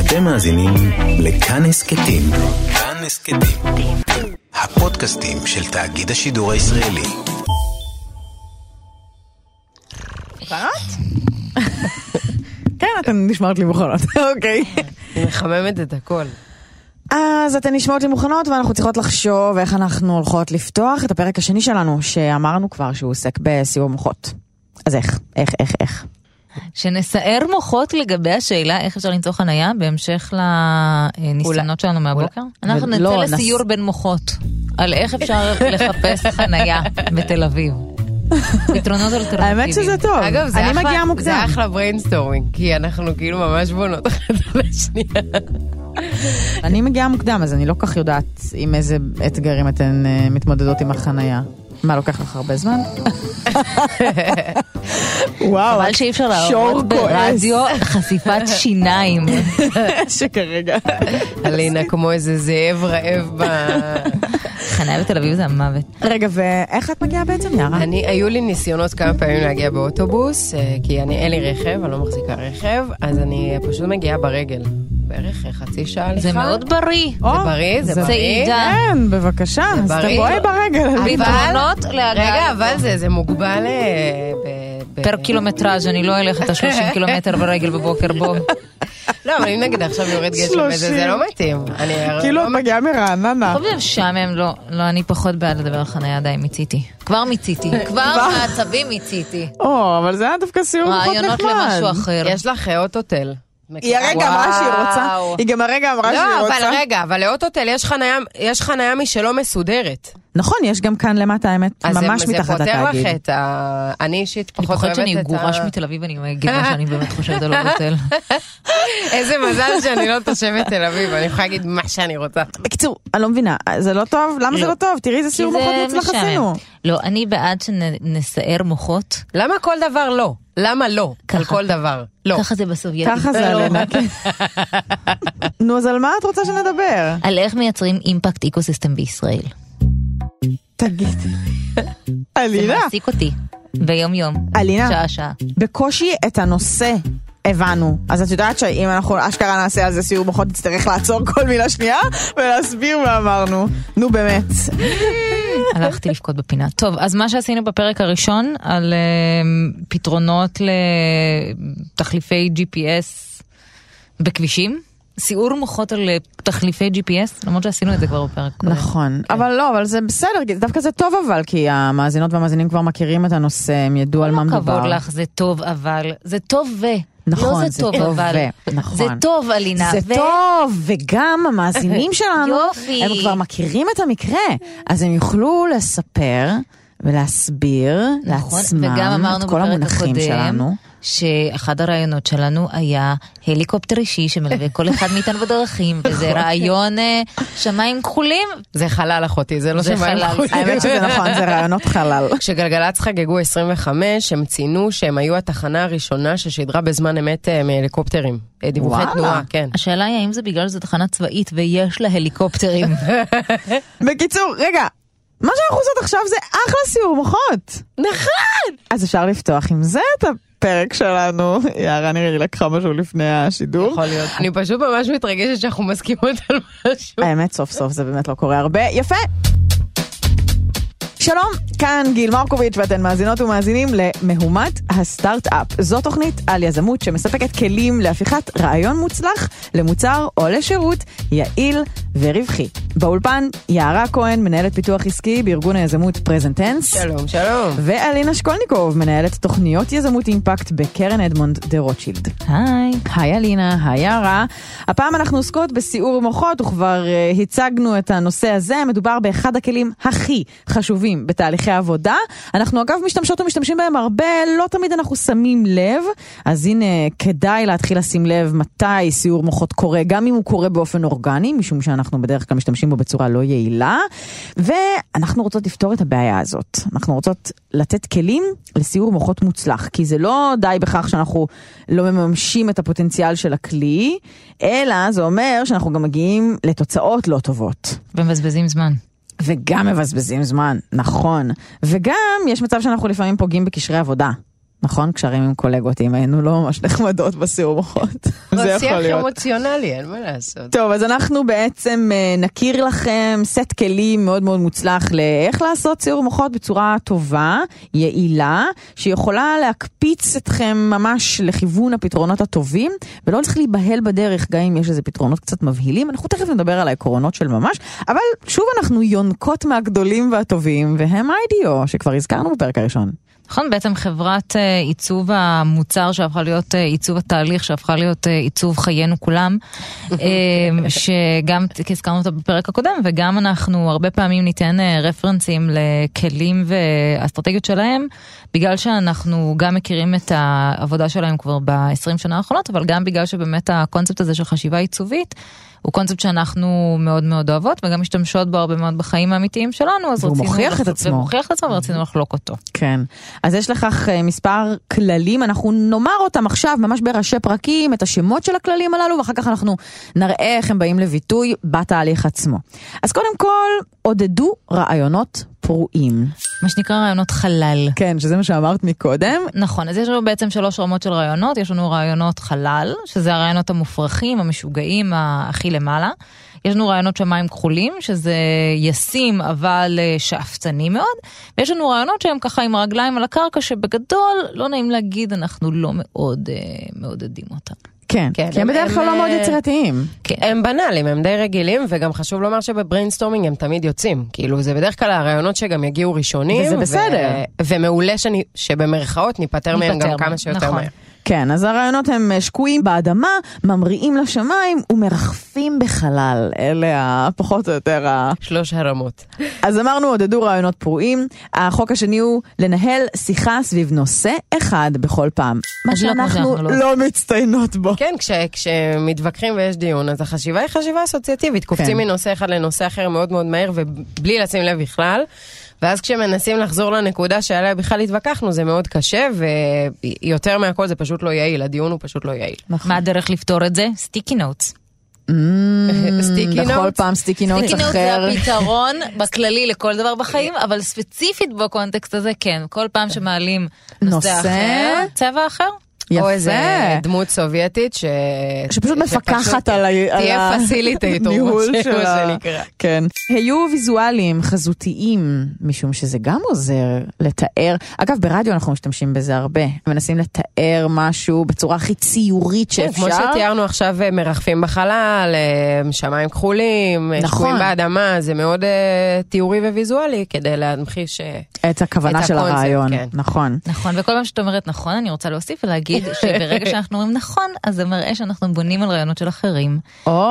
אתם מאזינים לכאן הסקטים. כאן הסקטים, הפודקאסטים של תאגיד השידור הישראלי. מוכנות? כן, אתן נשמעות לי מוכנות, אוקיי. אני מחממת את הכל. אז אתן נשמעות לי מוכנות, ואנחנו צריכות לחשוב איך אנחנו הולכות לפתוח את הפרק השני שלנו, שאמרנו כבר שהוא עוסק בסיור מוחות. אז איך? שנסער מוחות לגבי השאלה איך אפשר למצוא חנייה בהמשך לניסיונות שלנו מהבוקר. אנחנו נצא לסיור בין מוחות על איך אפשר לחפש חנייה בתל אביב. פתרונות אלטרנטיביים. האמת שזה טוב. אגב, אני מגיעה מוקדם. זה אחלה בריינסטורמינג, כי אנחנו כאילו ממש בונות אחת על השנייה. אני מגיעה מוקדם, אז אני לא כך יודעת עם איזה אתגרים אתן מתמודדות עם החנייה. מה, לוקח לך הרבה זמן? וואו, אבל שאי אפשר להראות ברדיו חשיפת שיניים. שכרגע. אלינה כמו איזה זאב רעב חניה בתל אביב זה המוות. רגע, ואיך את מגיעה בעצם, יערה? היו לי ניסיונות כמה פעמים להגיע באוטובוס, כי אין לי רכב, אני לא מחזיקה רכב, אז אני פשוט מגיעה ברגל. בערך חצי שעה הליכה. זה מאוד בריא. זה בריא, זה בריא. צעידה. כן, בבקשה, אז תבואי ברגל. פתרונות להגעה. רגע, אבל זה מוגבל פר קילומטראז' אני לא אלך את ה-30 קילומטר ברגל בבוקר בו. לא, אבל אם נגיד עכשיו יורד גשם וזה, זה לא מתאים. כאילו את מגיעה מרעננה. חושב שם הם לא, אני פחות בעד לדבר על חניה די מיציתי. כבר מעצבים מיציתי. אבל זה היה דווקא סיור מאוד נחמד. רעיונות למשהו אחר. יש לך אוטוטל. היא הרגע אמרה שהיא רוצה. היא גם הרגע אמרה שהיא רוצה. לא, אבל לאוטוטל יש חניה משלא מסודרת. נכון, יש גם כאן למטה, האמת, ממש מתחת התאגיד. אז זה פותר לך את אני אישית פחות אוהבת את שאני גורש מתל אביב, אני אגיד מה שאני באמת חושבת על אוטוטל. איזה מזל שאני לא תושבת תל אביב, אני יכולה להגיד מה שאני רוצה. בקיצור, אני לא מבינה, זה לא טוב? למה זה לא טוב? תראי איזה סיור מוחות מוצלח עשינו. לא, אני בעד שנסער מוחות. למה כל דבר לא? למה לא? על כל דבר. לא. ככה זה בסובייטים. ככה זה עלינו. נו, אז על מה את רוצה שנדבר? על איך מייצרים אימפקט אקוסיסטם בישראל. תגיד. אלינה. זה מעסיק אותי. ביום יום. אלינה. שעה. בקושי את הנושא הבנו. אז את יודעת שאם אנחנו אשכרה נעשה על זה סיור מוחות, נצטרך לעצור כל מילה שנייה ולהסביר מה אמרנו. נו באמת. הלכתי לפקוד בפינה. טוב, אז מה שעשינו בפרק הראשון על פתרונות לתחליפי GPS בכבישים, סיעור מוחות על תחליפי GPS, למרות שעשינו את זה כבר בפרק. נכון, אבל לא, אבל זה בסדר, דווקא זה טוב אבל, כי המאזינות והמאזינים כבר מכירים את הנושא, הם ידעו על מה מדובר. לא כבוד לך, זה טוב אבל, זה טוב נכון, לא זה טוב אבל, נכון. זה טוב אלינה. זה טוב, וגם המאזינים שלנו, הם כבר מכירים את המקרה, אז הם יוכלו לספר ולהסביר לעצמם את כל המונחים שלנו. שאחד הרעיונות שלנו היה הליקופטר אישי שמלווה כל אחד מאיתנו בדרכים, וזה רעיון שמיים כחולים. זה חלל אחותי, זה לא שמיים כחולים. האמת שזה נכון, זה רעיונות חלל. כשגלגלצ חגגו 25, הם ציינו שהם היו התחנה הראשונה ששדרה בזמן אמת מהליקופטרים. דיווחי תנועה, כן. השאלה היא האם זה בגלל שזו תחנה צבאית ויש לה הליקופטרים. בקיצור, רגע, מה שאנחנו עושות עכשיו זה אחלה סיור מוחות. נכון! אז אפשר לפתוח עם זה את הפרק שלנו. יערה נראה לי לקחה משהו לפני השידור. יכול להיות. אני פשוט ממש מתרגשת שאנחנו מסכימות על משהו. האמת, סוף סוף זה באמת לא קורה הרבה. יפה! שלום, כאן גיל מרקוביץ' ואתן מאזינות ומאזינים למהומת הסטארט-אפ. זו תוכנית על יזמות שמספקת כלים להפיכת רעיון מוצלח למוצר או לשירות יעיל ורווחי. באולפן יערה כהן, מנהלת פיתוח עסקי בארגון היזמות פרזנטנס. שלום, שלום. ואלינה שקולניקוב, מנהלת תוכניות יזמות אימפקט בקרן אדמונד דה רוטשילד. היי אלינה, היי יערה. הפעם אנחנו עוסקות בסיעור מוחות, וכבר הצגנו את הנושא הזה. מדובר באחד הכלים הכי חשובים בתהליכי העבודה. אנחנו אגב משתמשות ומשתמשים בהם הרבה, לא תמיד אנחנו שמים לב, אז הנה כדאי להתחיל לשים לב מתי סיעור מוחות קורה, גם אם הוא קורה באופן אורגני, משום שאנחנו בדרך כלל משתמשים בו בצורה לא יעילה, ואנחנו רוצות לפתור את הבעיה הזאת. אנחנו רוצות לתת כלים לסיעור מוחות מוצלח, כי זה לא די בכך שאנחנו לא מממשים את הפוטנציאל של הכלי, אלא זה אומר שאנחנו גם מגיעים לתוצאות לא טובות. ומבזבזים זמן. וגם מבזבזים זמן, נכון. וגם יש מצב שאנחנו לפעמים פוגעים בקשרי עבודה. נכון? קשרים עם קולגות, אם היינו לא ממש נחמדות בסיור מוחות. זה יכול שיח להיות. אמוציונלי, אין מה לעשות. טוב, אז אנחנו בעצם נכיר לכם סט כלים מאוד מאוד מוצלח לאיך לעשות סיור מוחות בצורה טובה, יעילה, שיכולה להקפיץ אתכם ממש לכיוון הפתרונות הטובים, ולא צריך להיבהל בדרך, גם אם יש איזה פתרונות קצת מבהילים. אנחנו תכף נדבר על העקרונות של ממש, אבל שוב אנחנו יונקות מהגדולים והטובים, והם אידיו, שכבר הזכרנו בפרק הראשון. נכון, בעצם חברת עיצוב המוצר שהפכה להיות עיצוב התהליך, שהפכה להיות עיצוב חיינו כולם, שגם הזכרנו אותה בפרק הקודם, וגם אנחנו הרבה פעמים ניתן רפרנסים לכלים ואסטרטגיות שלהם, בגלל שאנחנו גם מכירים את העבודה שלהם כבר ב-20 שנה האחרונות, אבל גם בגלל שבאמת הקונספט הזה של חשיבה עיצובית, הוא קונספט שאנחנו מאוד מאוד אוהבות, וגם משתמשות בו הרבה מאוד בחיים האמיתיים שלנו, אז והוא מוכיח את עצמו. והוא מוכיח את עצמו, ורצינו לחלוק אותו. כן. אז יש לכך מספר כללים, אנחנו נאמר אותם עכשיו, ממש בראשי פרקים, את השמות של הכללים הללו, ואחר כך אנחנו נראה איך הם באים לביטוי בתהליך עצמו. אז קודם כל, עודדו רעיונות פרועים. מה שנקרא רעיונות חלל. כן, שזה מה שאמרת מקודם. נכון, אז יש לנו בעצם 3 רמות של רעיונות, יש לנו רעיונות חלל, שזה הרעיונות המופרכים, המשוגעים, הכי למעלה. יש לנו רעיונות שמיים כחולים, שזה ישים אבל שאפתני מאוד, ויש לנו רעיונות שהם ככה עם הרגליים על הקרקע, שבגדול, לא נעים להגיד, אנחנו לא מאוד מעודדים אותם. כן, כי הם בדרך כלל לא מאוד יצירתיים. הם בנאליים, הם די רגילים, וגם חשוב לומר שבבריינסטורמינג הם תמיד יוצאים. כאילו, זה בדרך כלל הרעיונות שגם יגיעו ראשונים. וזה בסדר. ומעולה שבמרכאות ניפטר מהם גם כמה שיותר מהר. כן, אז הרעיונות הם שקועים באדמה, ממריאים לשמיים ומרחפים בחלל. אלה הפחות או יותר 3 הרמות. אז אמרנו, עודדו רעיונות פרועים. החוק השני הוא לנהל שיחה סביב נושא אחד בכל פעם. מה שאנחנו לא מצטיינות בו. כן, כשמתווכחים ויש דיון, אז החשיבה היא חשיבה אסוציאטיבית. קופצים מנושא אחד לנושא אחר מאוד מאוד מהר, ובלי לשים לב בכלל. ואז כשמנסים לחזור לנקודה שעליה בכלל התווכחנו, זה מאוד קשה, ויותר מהכל זה פשוט לא יעיל, הדיון הוא פשוט לא יעיל. מה הדרך לפתור את זה? סטיקי נוטס. סטיקי נוטס? בכל פעם סטיקי נוטס אחר. סטיקי נוטס זה הפתרון בכללי לכל דבר בחיים, אבל ספציפית בקונטקסט הזה, כן. כל פעם שמעלים נושא אחר, צבע אחר. יפה. או איזה דמות סובייטית שפשוט מפקחת על תהיה פסיליטייטור, ניהול מה שלה. שנקרא. כן. היו ויזואליים, חזותיים, משום שזה גם עוזר לתאר. אגב, ברדיו אנחנו משתמשים בזה הרבה. מנסים לתאר משהו בצורה הכי ציורית שאפשר. כמו שתיארנו עכשיו, מרחפים בחלל, שמיים כחולים, שקועים באדמה, זה מאוד תיאורי וויזואלי, כדי להמחיש את הכוונה של הרעיון. נכון. נכון, וכל פעם שאת אומרת נכון, אני רוצה להוסיף ולהגיד שברגע שאנחנו אומרים נכון, אז זה מראה שאנחנו בונים על רעיונות של אחרים.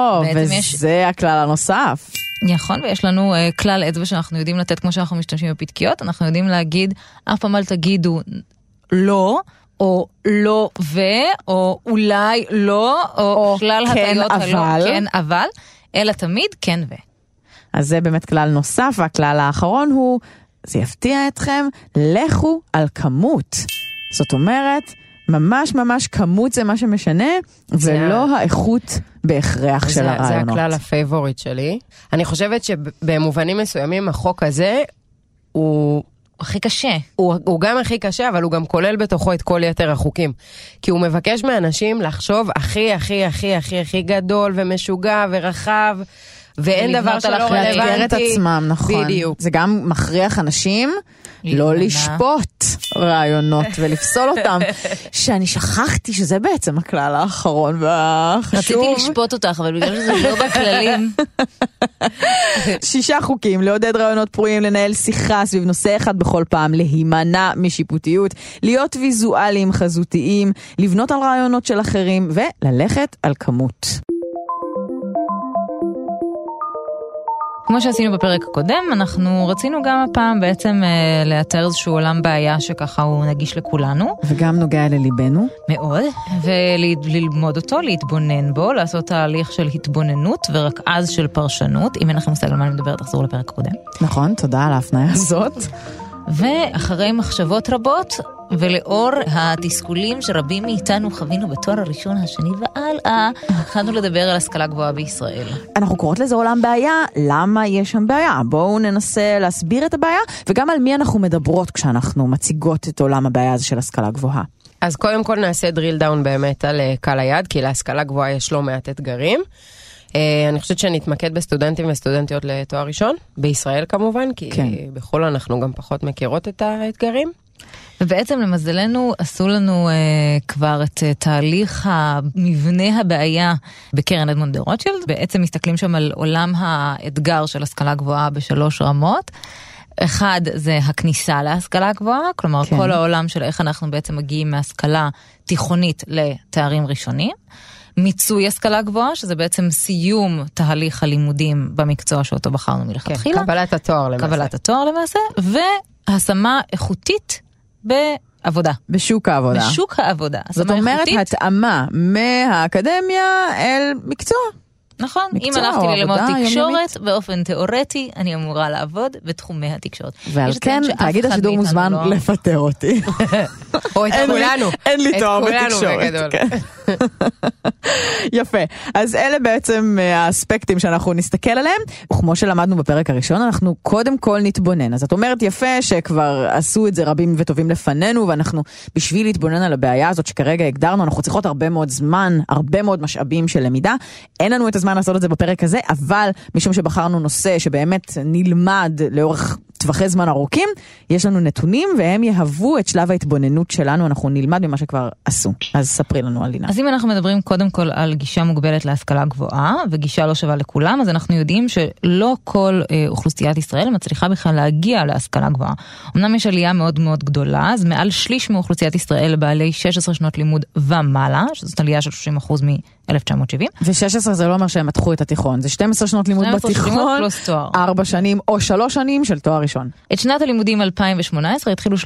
וזה הכלל הנוסף. נכון, ויש לנו כלל אצבע שאנחנו יודעים לתת כמו שאנחנו משתמשים בפתקיות, אנחנו יודעים להגיד, אף פעם אל תגידו לא, או לא או אולי לא, או שלל הטעיות הלא, כן אבל, אלא תמיד כן ו. אז זה באמת כלל נוסף, והכלל האחרון הוא, זה יפתיע אתכם, לכו על כמות. זאת אומרת, ממש ממש כמות זה מה שמשנה, ולא האיכות בהכרח של הרעיונות. זה הכלל הפייבוריט שלי. אני חושבת שבמובנים מסוימים החוק הזה הוא הכי קשה. הוא גם הכי קשה, אבל הוא גם כולל בתוכו את כל יתר החוקים. כי הוא מבקש מאנשים לחשוב הכי הכי הכי הכי הכי גדול ומשוגע ורחב, ואין דבר שלא רלוונטי. לאתגר את עצמם, נכון. בדיוק. זה גם מכריח אנשים לא לשפוט רעיונות ולפסול אותם, שאני שכחתי שזה בעצם הכלל האחרון והחשוב. רציתי לשפוט אותך, אבל בגלל שזה לא בכללים. 6 חוקים, לעודד רעיונות פרועים, לנהל שיחה סביב נושא אחד בכל פעם, להימנע משיפוטיות, להיות ויזואליים חזותיים, לבנות על רעיונות של אחרים, וללכת על כמות. כמו שעשינו בפרק הקודם, אנחנו רצינו גם הפעם בעצם לאתר איזשהו עולם בעיה שככה הוא נגיש לכולנו. וגם נוגע לליבנו. מאוד. וללמוד אותו, להתבונן בו, לעשות תהליך של התבוננות, ורק אז של פרשנות. אם אין לכם מושג על מה אני מדברת, תחזרו לפרק הקודם. נכון, תודה על ההפניה הזאת. ואחרי מחשבות רבות, ולאור התסכולים שרבים מאיתנו חווינו בתואר הראשון, השני והלאה, התחלנו לדבר על השכלה גבוהה בישראל. אנחנו קוראות לזה עולם בעיה, למה יש שם בעיה? בואו ננסה להסביר את הבעיה, וגם על מי אנחנו מדברות כשאנחנו מציגות את עולם הבעיה הזה של השכלה גבוהה. אז קודם כל נעשה drill down באמת על קהל היעד, כי להשכלה גבוהה יש לא מעט אתגרים. אני חושבת שנתמקד בסטודנטים וסטודנטיות לתואר ראשון, בישראל כמובן, כי בחול אנחנו גם פחות מכירות את האתגרים. ובעצם למזלנו עשו לנו כבר את תהליך המבנה הבעיה בקרן אדמונד דה רוטשילד. בעצם מסתכלים שם על עולם האתגר של השכלה גבוהה בשלוש רמות. אחד זה הכניסה להשכלה גבוהה, כלומר כל העולם של איך אנחנו בעצם מגיעים מהשכלה תיכונית לתארים ראשונים. מיצוי השכלה גבוהה, שזה בעצם סיום תהליך הלימודים במקצוע שאותו בחרנו מלכתחילה. כן, קבלת התואר למעשה. קבלת התואר למעשה, והשמה איכותית בעבודה. בשוק העבודה. בשוק העבודה. זאת אומרת, התאמה מהאקדמיה אל מקצוע. נכון, אם הלכתי ללמוד תקשורת, באופן תיאורטי, אני אמורה לעבוד בתחומי התקשורת. ועל כן, תאגיד השידור מוזמן לפטר אותי. או את כולנו. אין לי תואר בתקשורת. יפה. אז אלה בעצם האספקטים שאנחנו נסתכל עליהם, וכמו שלמדנו בפרק הראשון, אנחנו קודם כל נתבונן. אז את אומרת יפה שכבר עשו את זה רבים וטובים לפנינו, ואנחנו בשביל להתבונן על הבעיה הזאת שכרגע הגדרנו, אנחנו צריכות הרבה מאוד זמן, הרבה מאוד משאבים של למידה. אין לנו את הזמן לעשות את זה בפרק הזה, אבל משום שבחרנו נושא שבאמת נלמד לאורך טווחי זמן ארוכים, יש לנו נתונים והם יהוו את שלב ההתבוננות שלנו, אנחנו נלמד ממה שכבר עשו. אז ספרי לנו אלינה. אז אם אנחנו מדברים קודם כל על גישה מוגבלת להשכלה גבוהה, וגישה לא שווה לכולם, אז אנחנו יודעים שלא כל אוכלוסיית ישראל מצליחה בכלל להגיע להשכלה גבוהה. אמנם יש עלייה מאוד מאוד גדולה, אז מעל שליש מאוכלוסיית ישראל בעלי 16 שנות לימוד ומעלה, שזאת עלייה של 30% מ-1970. ו-16 זה לא אומר שהם מתחו את התיכון, זה 12 שנות לימוד בתיכון, 4 שנים או 3 שנים של תואר ראשון. את שנת הלימודים 2018 התחילו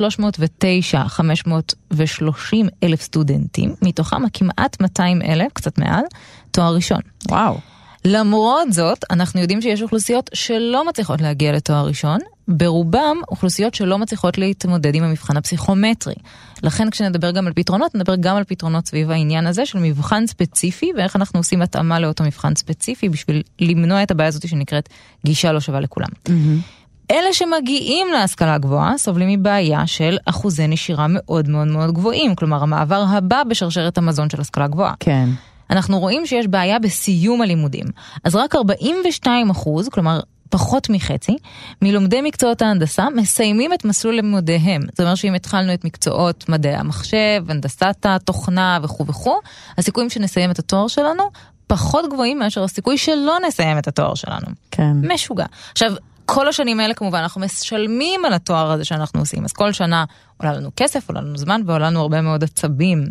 309,530 אלף סטודנטים, מתוכם כמעט 200,000, קצת מעל, תואר ראשון. וואו. למרות זאת, אנחנו יודעים שיש אוכלוסיות שלא מצליחות להגיע לתואר ראשון, ברובם אוכלוסיות שלא מצליחות להתמודד עם המבחן הפסיכומטרי. לכן כשנדבר גם על פתרונות, נדבר גם על פתרונות סביב העניין הזה של מבחן ספציפי, ואיך אנחנו עושים התאמה לאותו מבחן ספציפי, בשביל למנוע את הבעיה הזאת שנקראת גישה לא שווה לכולם. אלה שמגיעים להשכלה גבוהה סובלים מבעיה של אחוזי נשירה מאוד מאוד מאוד גבוהים, כלומר המעבר הבא בשרשרת המזון של השכלה גבוהה. כן. אנחנו רואים שיש בעיה בסיום הלימודים. אז רק 42%, כלומר פחות מחצי, מלומדי מקצועות ההנדסה מסיימים את מסלול לימודיהם. זאת אומרת שאם התחלנו את מקצועות מדעי המחשב, הנדסת התוכנה וכו', הסיכויים שנסיים את התואר שלנו פחות גבוהים מאשר הסיכוי שלא נסיים את התואר שלנו. כן. משוגע. עכשיו, כל השנים האלה כמובן אנחנו משלמים על התואר הזה שאנחנו עושים, אז כל שנה עולה לנו כסף, עולה לנו זמן ועולה לנו הרבה מאוד עצבים.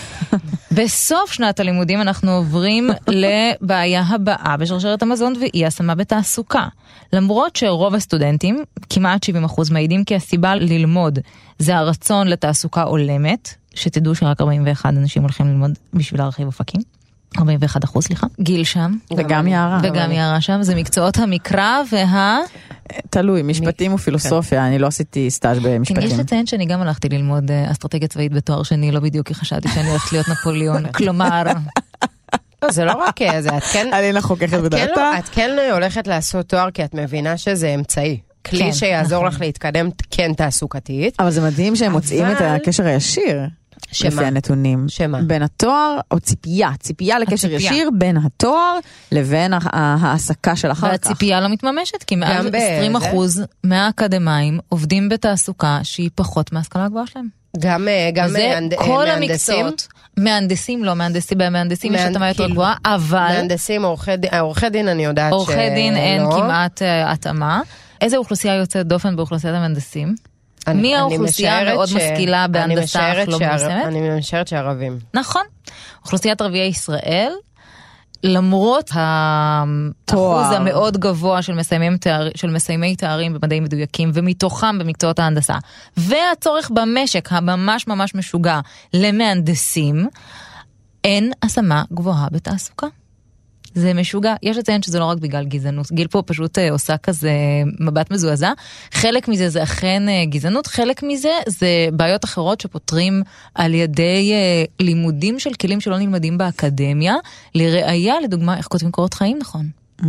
בסוף שנת הלימודים אנחנו עוברים לבעיה הבאה בשרשרת המזון ואי השמה בתעסוקה. למרות שרוב הסטודנטים, כמעט 70% מעידים כי הסיבה ללמוד זה הרצון לתעסוקה עולמת, שתדעו שרק 41 אנשים הולכים ללמוד בשביל להרחיב אופקים. 41%, סליחה. גיל שם. וגם יערה. וגם יערה שם. זה מקצועות המקרא תלוי, משפטים ופילוסופיה. אני לא עשיתי סטאז' במשפטים. יש לציין שאני גם הלכתי ללמוד אסטרטגיה צבאית בתואר שני, לא בדיוק כי חשבתי שאני הולכת להיות נפוליאון. כלומר... זה לא רק זה, את כן... אלינה חוקכת בדעתה. את כן הולכת לעשות תואר כי את מבינה שזה אמצעי. כלי שיעזור לך להתקדם כן תעסוקתית. אבל זה מדהים שהם מוצאים את הקשר הישיר. לפי הנתונים. בין התואר, או ציפייה לקשר ישיר בין התואר לבין העסקה של אחר כך. והציפייה לא מתממשת, כי מעל 20% מהאקדמאים עובדים בתעסוקה שהיא פחות מההשכלה גבוהה שלהם. גם מהנדסים? מהנדסים, לא מהנדסים יש התאמה יותר גבוהה, אבל... מהנדסים, עורכי דין אני יודעת עורכי דין אין כמעט התאמה. איזה אוכלוסייה יוצאת דופן באוכלוסיית המהנדסים? מי האוכלוסייה מאוד משכילה בהנדסה אך לא מוסמת? אני משערת שערבים. נכון. אוכלוסיית ערביי ישראל, למרות האחוז המאוד גבוה של מסיימי תארים במדעים מדויקים, ומתוכם במקצועות ההנדסה, והצורך במשק הממש ממש משוגע למהנדסים, אין השמה גבוהה בתעסוקה. זה משוגע. יש לציין שזה לא רק בגלל גזענות. גיל פה פשוט עושה כזה מבט מזועזע. חלק מזה זה אכן גזענות, חלק מזה זה בעיות אחרות שפותרים על ידי לימודים של כלים שלא נלמדים באקדמיה, לראיה, לדוגמה, איך כותבים קורות חיים, נכון?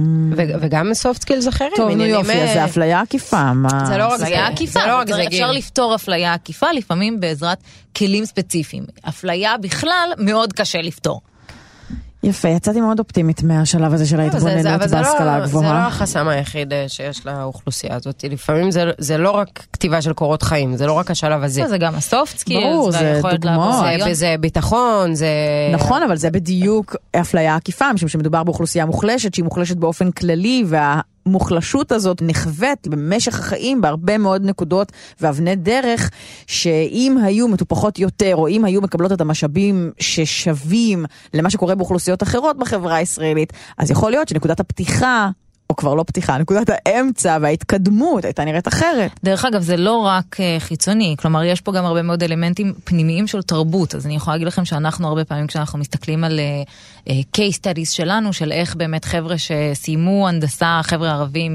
וגם soft skills אחרים. טוב, נו יופי, זה אפליה עקיפה. זה לא רק אפליה עקיפה, אפשר לפתור אפליה עקיפה, לפעמים בעזרת כלים ספציפיים. אפליה בכלל מאוד קשה לפתור. יפה, יצאתי מאוד אופטימית מהשלב הזה של ההתבוננות בהשכלה הגבוהה. זה לא החסם היחיד שיש לאוכלוסייה הזאת. לפעמים זה לא רק כתיבה של קורות חיים, זה לא רק השלב הזה. זה גם הסופט סקילס. ברור, זה דוגמאות. זה ביטחון, זה... נכון, אבל זה בדיוק אפליה עקיפה, משום שמדובר באוכלוסייה מוחלשת, שהיא מוחלשת באופן כללי, המוחלשות הזאת נחוות במשך החיים בהרבה מאוד נקודות ואבני דרך, שאם היו מטופחות יותר, או אם היו מקבלות את המשאבים ששווים למה שקורה באוכלוסיות אחרות בחברה הישראלית, אז יכול להיות שנקודת הפתיחה, או כבר לא פתיחה, נקודת האמצע וההתקדמות הייתה נראית אחרת. דרך אגב, זה לא רק חיצוני, כלומר, יש פה גם הרבה מאוד אלמנטים פנימיים של תרבות, אז אני יכולה להגיד לכם שאנחנו הרבה פעמים כשאנחנו מסתכלים על case studies שלנו, של איך באמת חבר'ה שסיימו הנדסה, חבר'ה ערבים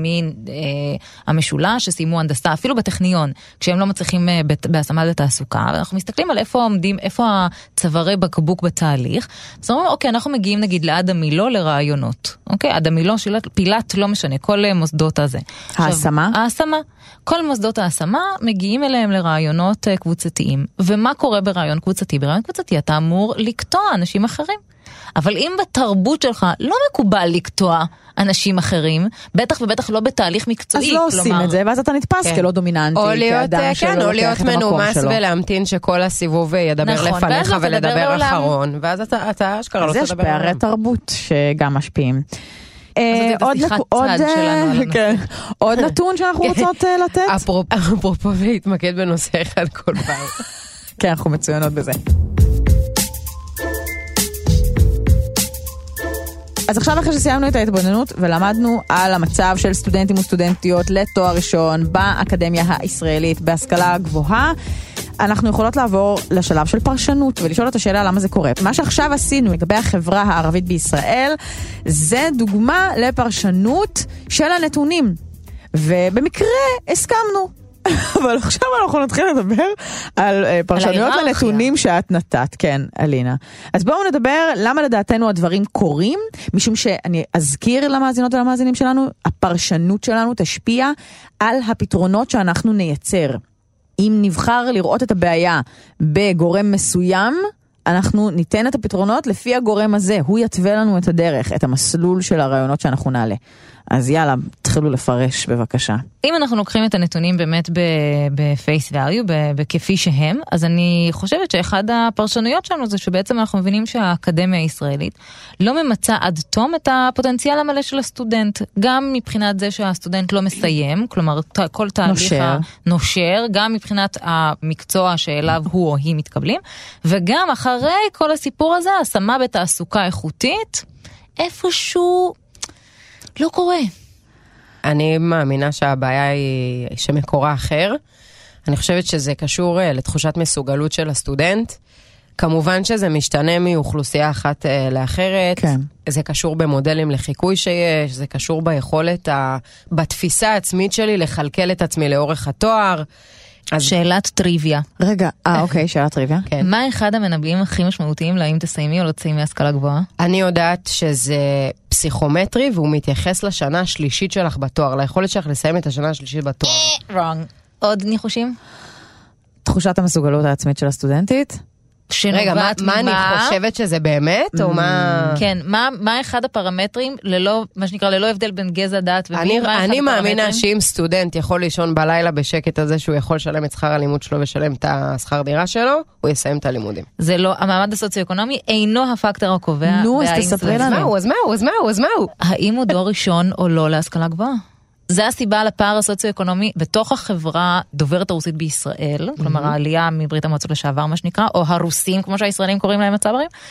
מהמשולש, שסיימו הנדסה, אפילו בטכניון, כשהם לא מצליחים בהשמה לתעסוקה, ואנחנו מסתכלים על איפה עומדים, איפה הצווארי בקבוק בתהליך, אז אומרים, אוקיי, אנחנו מגיעים נגיד לעד המילו לרעיונות, אוקיי, עד המילו פילת לא משנה, כל מוסדות הזה. ההשמה? ההשמה. כל מוסדות ההשמה מגיעים אליהם לרעיונות קבוצתיים. ומה קורה ברעיון קבוצתי? ברעיון קבוצתי אתה אמור לקטוע אנשים אחרים. אבל אם בתרבות שלך לא מקובל לקטוע אנשים אחרים, בטח ובטח לא בתהליך מקצועי. אז לא עושים את זה, ואז אתה נתפס כלא דומיננטי, כאדם שלא לוקח את המקום שלו. או להיות מנומס ולהמתין שכל הסיבוב ידבר לפניך ולדבר אחרון, ואז אתה אשכרה לא תדבר. אז יש פערי תרבות שגם משפיעים. עוד נתון שאנחנו רוצות לתת? אפרופו להתמקד בנושא אחד כל פעם. כן, אנחנו מצוינות בזה. אז עכשיו אחרי שסיימנו את ההתבוננות ולמדנו על המצב של סטודנטים וסטודנטיות לתואר ראשון באקדמיה הישראלית בהשכלה גבוהה, אנחנו יכולות לעבור לשלב של פרשנות ולשאול את השאלה למה זה קורה. מה שעכשיו עשינו לגבי החברה הערבית בישראל, זה דוגמה לפרשנות של הנתונים. ובמקרה הסכמנו. אבל עכשיו אנחנו נתחיל לדבר על פרשנויות לנתונים שאת נתת. כן, אלינה. אז בואו נדבר למה לדעתנו הדברים קורים, משום שאני אזכיר למאזינות ולמאזינים שלנו, הפרשנות שלנו תשפיע על הפתרונות שאנחנו נייצר. אם נבחר לראות את הבעיה בגורם מסוים, אנחנו ניתן את הפתרונות לפי הגורם הזה. הוא יתווה לנו את הדרך, את המסלול של הרעיונות שאנחנו נעלה. אז יאללה, תחילו לפרש בבקשה. אם אנחנו לוקחים את הנתונים באמת ב-face value, בכפי שהם, אז אני חושבת שאחד הפרשנויות שלנו זה שבעצם אנחנו מבינים שהאקדמיה הישראלית לא ממצה עד תום את הפוטנציאל המלא של הסטודנט. גם מבחינת זה שהסטודנט לא מסיים, כלומר כל תהליך נושר, גם מבחינת המקצוע שאליו הוא או היא מתקבלים, וגם אחרי כל הסיפור הזה, השמה בתעסוקה איכותית, איפשהו לא קורה. אני מאמינה שהבעיה היא שמקורה אחר. אני חושבת שזה קשור לתחושת מסוגלות של הסטודנט. כמובן שזה משתנה מאוכלוסייה אחת לאחרת. כן. זה קשור במודלים לחיקוי שיש, זה קשור ביכולת, בתפיסה העצמית שלי לחלקל את עצמי לאורך התואר. שאלת טריוויה. רגע, אוקיי, שאלת טריוויה. כן. מה אחד המנבאים הכי משמעותיים להאם תסיימי או לא תסיימי השכלה גבוהה? אני יודעת שזה פסיכומטרי, והוא מתייחס לשנה השלישית שלך בתואר, ליכולת שלך לסיים את השנה השלישית בתואר. wrong. עוד ניחושים? תחושת המסוגלות העצמית של הסטודנטית? רגע, מה אני חושבת שזה באמת, או מה... כן, מה אחד הפרמטרים, מה שנקרא, ללא הבדל בין גזע, דת ומין? אני מאמינה שאם סטודנט יכול לישון בלילה בשקט הזה, שהוא יכול לשלם את שכר הלימוד שלו ושלם את השכר דירה שלו, הוא יסיים את הלימודים. זה לא, המעמד הסוציו-אקונומי אינו הפקטור הקובע. נו, אז תספרי לנו. אז מהו? האם הוא דור ראשון או לא להשכלה גבוהה? זה הסיבה על הפער הסוציו-אקונומי בתוך החברה דוברת הרוסית בישראל, כלומר העלייה מברית המועצות לשעבר מה שנקרא, או הרוסים כמו שהישראלים קוראים להם הצברים.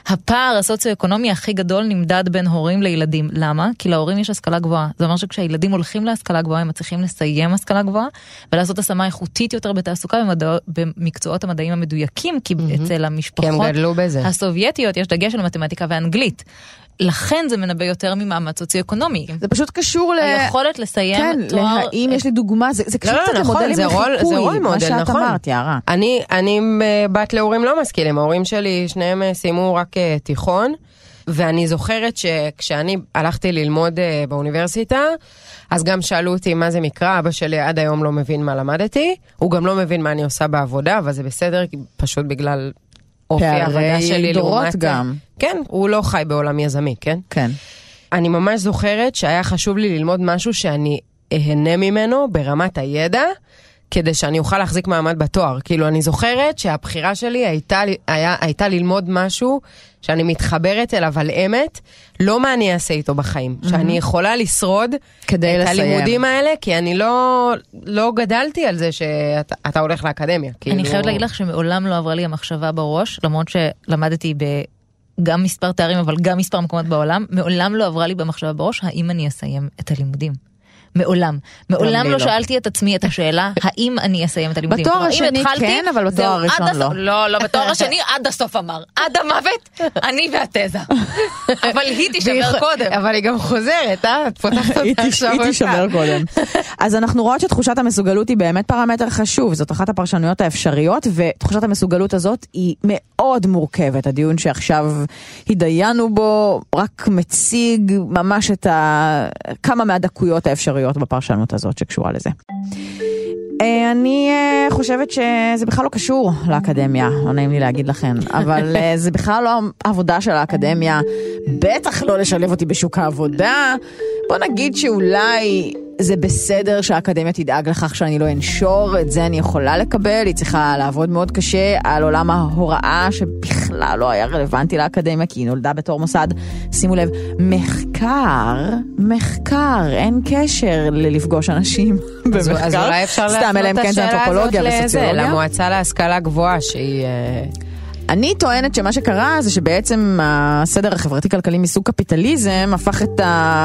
הפער הסוציו-אקונומי הכי גדול נמדד בין הורים לילדים. למה? כי להורים יש השכלה גבוהה. זה אומר שכשהילדים הולכים להשכלה גבוהה, הם מצליחים לסיים השכלה גבוהה, ולעשות השמה איכותית יותר בתעסוקה במקצועות המדעים המדויקים, כי אצל המשפחות הסובייטיות יש דגש על מתמטיקה ואנגלית. לכן זה מנבא יותר ממאמץ סוציו-אקונומי. זה פשוט קשור היכולת לסיים תואר... כן, אם יש לי דוגמה, זה קשור קצת למודלים לחיקוי, מה שאת אמרת, יערה. אני בת להורים לא משכילים, ההורים שלי שניהם סיימו רק תיכון, ואני זוכרת שכשאני הלכתי ללמוד באוניברסיטה, אז גם שאלו אותי מה זה מקרא, אבא שלי עד היום לא מבין מה למדתי, הוא גם לא מבין מה אני עושה בעבודה, אבל זה בסדר, פשוט בגלל... אופי העבודה שלי דורות גם. כן, הוא לא חי בעולם יזמי, כן? כן. אני ממש זוכרת שהיה חשוב לי ללמוד משהו שאני אהנה ממנו ברמת הידע, כדי שאני אוכל להחזיק מעמד בתואר. כאילו, אני זוכרת שהבחירה שלי הייתה ללמוד משהו שאני מתחברת אליו על אמת, לא מה אני אעשה איתו בחיים. שאני יכולה לשרוד את הלימודים האלה, כי אני לא גדלתי על זה שאתה הולך לאקדמיה. אני חייבת להגיד לך שמעולם לא עברה לי המחשבה בראש, למרות שלמדתי גם מספר תארים, אבל גם מספר מקומות בעולם, מעולם לא עברה לי במחשבה בראש, האם אני אסיים את הלימודים. מעולם לא שאלתי את עצמי את השאלה, האם אני אסיים את הלימודים. בתואר השני כן, אבל בתואר הראשון לא. לא, בתואר השני עד הסוף אמר. עד המוות, אני והתזה. אבל היא תישמר קודם. אבל היא גם חוזרת, את פותחת אותה עכשיו. היא תישמר קודם. אז אנחנו רואות שתחושת המסוגלות היא באמת פרמטר חשוב, זאת אחת הפרשנויות האפשריות, ותחושת המסוגלות הזאת היא מאוד מורכבת. הדיון שעכשיו התדיינו בו רק מציג ממש את כמה מהדקויות האפשריות בפרשנות הזאת שקשורה לזה. אני חושבת שזה בכלל לא קשור לאקדמיה, לא נעים לי להגיד לכם, אבל זה בכלל לא העבודה של האקדמיה, בטח לא לשלב אותי בשוק העבודה. בוא נגיד שאולי זה בסדר שהאקדמיה תדאג לכך שאני לא אנשור, את זה אני יכולה לקבל, היא צריכה לעבוד מאוד קשה על עולם ההוראה שבכלל לא היה רלוונטי לאקדמיה, כי היא נולדה בתור מוסד, שימו לב, מחקר, אין קשר ללפגוש אנשים במחקר. אז אולי אפשר להפנות את השאלה הזאת למועצה להשכלה גבוהה שהיא... אני טוענת שמה שקרה זה שבעצם הסדר החברתי-כלכלי מסוג קפיטליזם הפך את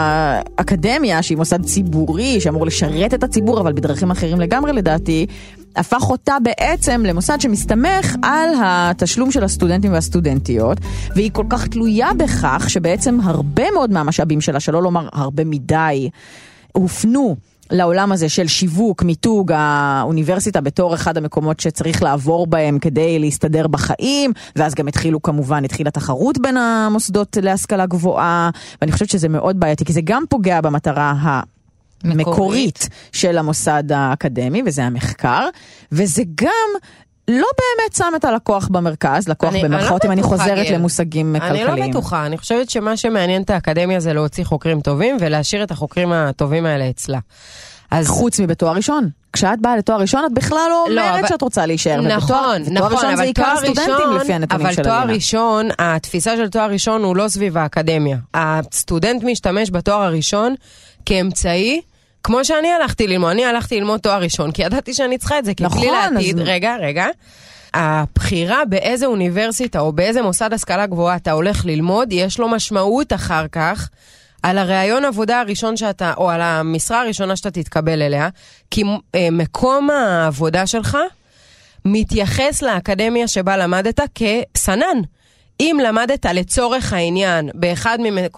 האקדמיה, שהיא מוסד ציבורי, שאמור לשרת את הציבור, אבל בדרכים אחרים לגמרי לדעתי, הפך אותה בעצם למוסד שמסתמך על התשלום של הסטודנטים והסטודנטיות, והיא כל כך תלויה בכך שבעצם הרבה מאוד מהמשאבים שלה, שלא לומר הרבה מדי, הופנו לעולם הזה של שיווק, מיתוג האוניברסיטה בתור אחד המקומות שצריך לעבור בהם כדי להסתדר בחיים, ואז גם התחילה תחרות בין המוסדות להשכלה גבוהה, ואני חושבת שזה מאוד בעייתי, כי זה גם פוגע במטרה המקורית של המוסד האקדמי, וזה המחקר, וזה גם לא באמת שם את הלקוח במרכז, לקוח במרכאות, אם אני חוזרת למושגים כלכליים. אני לא בטוחה, אני חושבת שמה שמעניין את האקדמיה זה להוציא חוקרים טובים, ולהשאיר את החוקרים הטובים האלה אצלה. חוץ מבתואר ראשון. כשאת באה לתואר ראשון, את בכלל לא אומרת שאת רוצה להישאר. נכון, תואר ראשון זה עיקר הסטודנטים לפי הנתונים של אבל תואר ראשון, התפיסה של תואר ראשון הוא לא סביב האקדמיה. הסטודנט משתמש בתואר הראשון כאמצעי, כמו שאני הלכתי ללמוד, אני הלכתי ללמוד תואר ראשון, כי ידעתי שאני צריכה את זה, כי בלי לעתיד, רגע, הבחירה באיזה אוניברסיטה או באיזה מוסד השכלה גבוהה אתה הולך ללמוד, יש לו משמעות אחר כך, על הרעיון עבודה הראשון שאתה, או על המשרה הראשונה שאתה תתקבל אליה, כי מקום העבודה שלך מתייחס לאקדמיה שבה למדת כסנן. אם למדת לצורך העניין באחד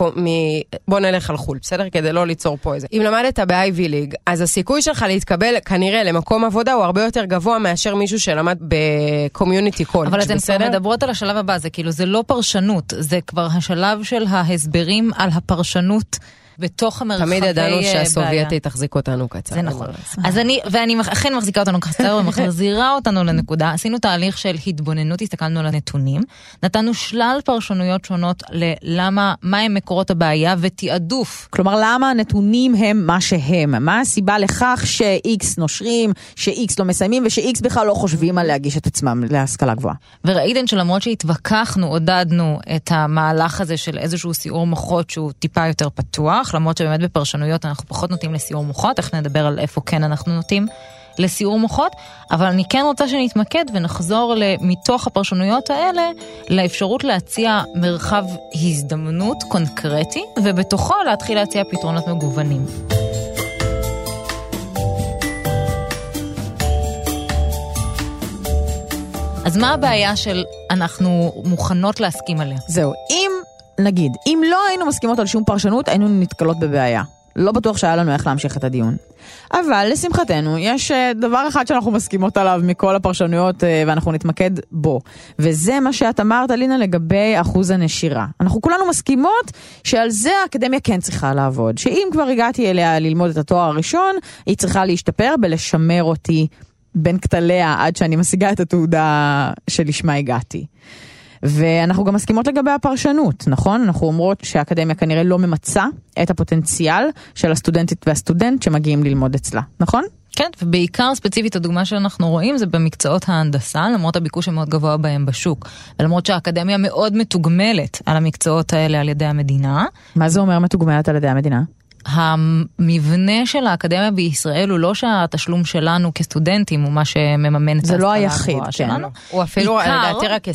בוא נלך על חול, בסדר? כדי לא ליצור פה איזה. אם למדת ב-Ivy League, אז הסיכוי שלך להתקבל כנראה למקום עבודה הוא הרבה יותר גבוה מאשר מישהו שלמד ב-Community College, אבל אתן כבר מדברות על השלב הבא, זה כאילו, זה לא פרשנות, זה כבר השלב של ההסברים על הפרשנות בתוך המרחבי... תמיד ידענו שהסובייטית תחזיק אותנו קצר. זה נכון. ואני אכן מחזיקה אותנו קצר ומחזירה אותנו לנקודה. עשינו תהליך של התבוננות, הסתכלנו על הנתונים, נתנו שלל פרשנויות שונות ללמה, מה הם מקורות הבעיה ותיעדוף. כלומר, למה הנתונים הם מה שהם? מה הסיבה לכך ש-X נושרים, ש-X לא מסיימים וש-X בכלל לא חושבים על להגיש את עצמם להשכלה גבוהה? וראיתם שלמרות שהתווכחנו, עודדנו את המהלך הזה של איזשהו סיעור מוחות שהוא טיפה יותר פתוח, למרות שבאמת בפרשנויות אנחנו פחות נוטים לסיור מוחות, איך נדבר על איפה כן אנחנו נוטים לסיעור מוחות, אבל אני כן רוצה שנתמקד ונחזור מתוך הפרשנויות האלה לאפשרות להציע מרחב הזדמנות קונקרטי, ובתוכו להתחיל להציע פתרונות מגוונים. אז מה הבעיה של אנחנו מוכנות להסכים עליה? זהו, נגיד, אם לא היינו מסכימות על שום פרשנות, היינו נתקלות בבעיה. לא בטוח שהיה לנו איך להמשיך את הדיון. אבל לשמחתנו, יש דבר אחד שאנחנו מסכימות עליו מכל הפרשנויות, ואנחנו נתמקד בו. וזה מה שאת אמרת, לינה, לגבי אחוז הנשירה. אנחנו כולנו מסכימות שעל זה האקדמיה כן צריכה לעבוד. שאם כבר הגעתי אליה ללמוד את התואר הראשון, היא צריכה להשתפר בלשמר אותי בין כתליה עד שאני משיגה את התעודה שלשמה הגעתי. ואנחנו גם מסכימות לגבי הפרשנות, נכון? אנחנו אומרות שהאקדמיה כנראה לא ממצה את הפוטנציאל של הסטודנטית והסטודנט שמגיעים ללמוד אצלה, נכון? כן, ובעיקר ספציפית הדוגמה שאנחנו רואים זה במקצועות ההנדסה, למרות הביקוש המאוד גבוה בהם בשוק, ולמרות שהאקדמיה מאוד מתוגמלת על המקצועות האלה על ידי המדינה. מה זה אומר מתוגמלת על ידי המדינה? המבנה של האקדמיה בישראל הוא לא שהתשלום שלנו כסטודנטים הוא מה שמממן את ההשכלה הגבוהה שלנו. זה לא היחיד, כן. הוא אפילו, לדעתי רק 25%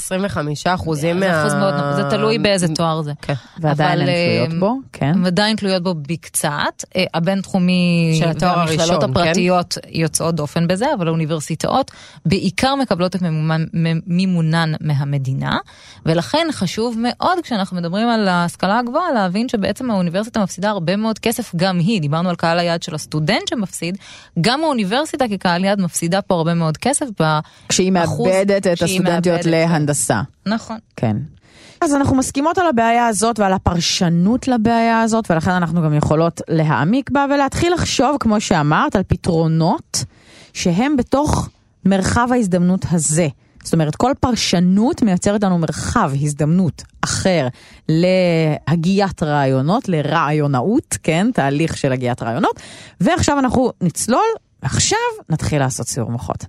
זה תלוי באיזה תואר זה. ועדיין הן תלויות בו, כן. ועדיין תלויות בו בקצת. הבינתחומי של התואר הראשון, המכללות הפרטיות יוצאות דופן בזה, אבל האוניברסיטאות בעיקר מקבלות את מימונן מהמדינה, ולכן חשוב מאוד כשאנחנו מדברים על ההשכלה הגבוהה להבין שבעצם האוניברסיטה מפסידה הרבה מאוד כסף גם היא, דיברנו על קהל היעד של הסטודנט שמפסיד, גם האוניברסיטה כקהל יעד מפסידה פה הרבה מאוד כסף כשהיא מאבדת את הסטודנטיות להנדסה. נכון. כן. אז אנחנו מסכימות על הבעיה הזאת ועל הפרשנות לבעיה הזאת, ולכן אנחנו גם יכולות להעמיק בה ולהתחיל לחשוב, כמו שאמרת, על פתרונות שהם בתוך מרחב ההזדמנות הזה. זאת אומרת, כל פרשנות מייצרת לנו מרחב הזדמנות אחר להגיית רעיונות, לרעיונאות, כן? תהליך של הגיית רעיונות. ועכשיו אנחנו נצלול, ועכשיו נתחיל לעשות סיור מוחות.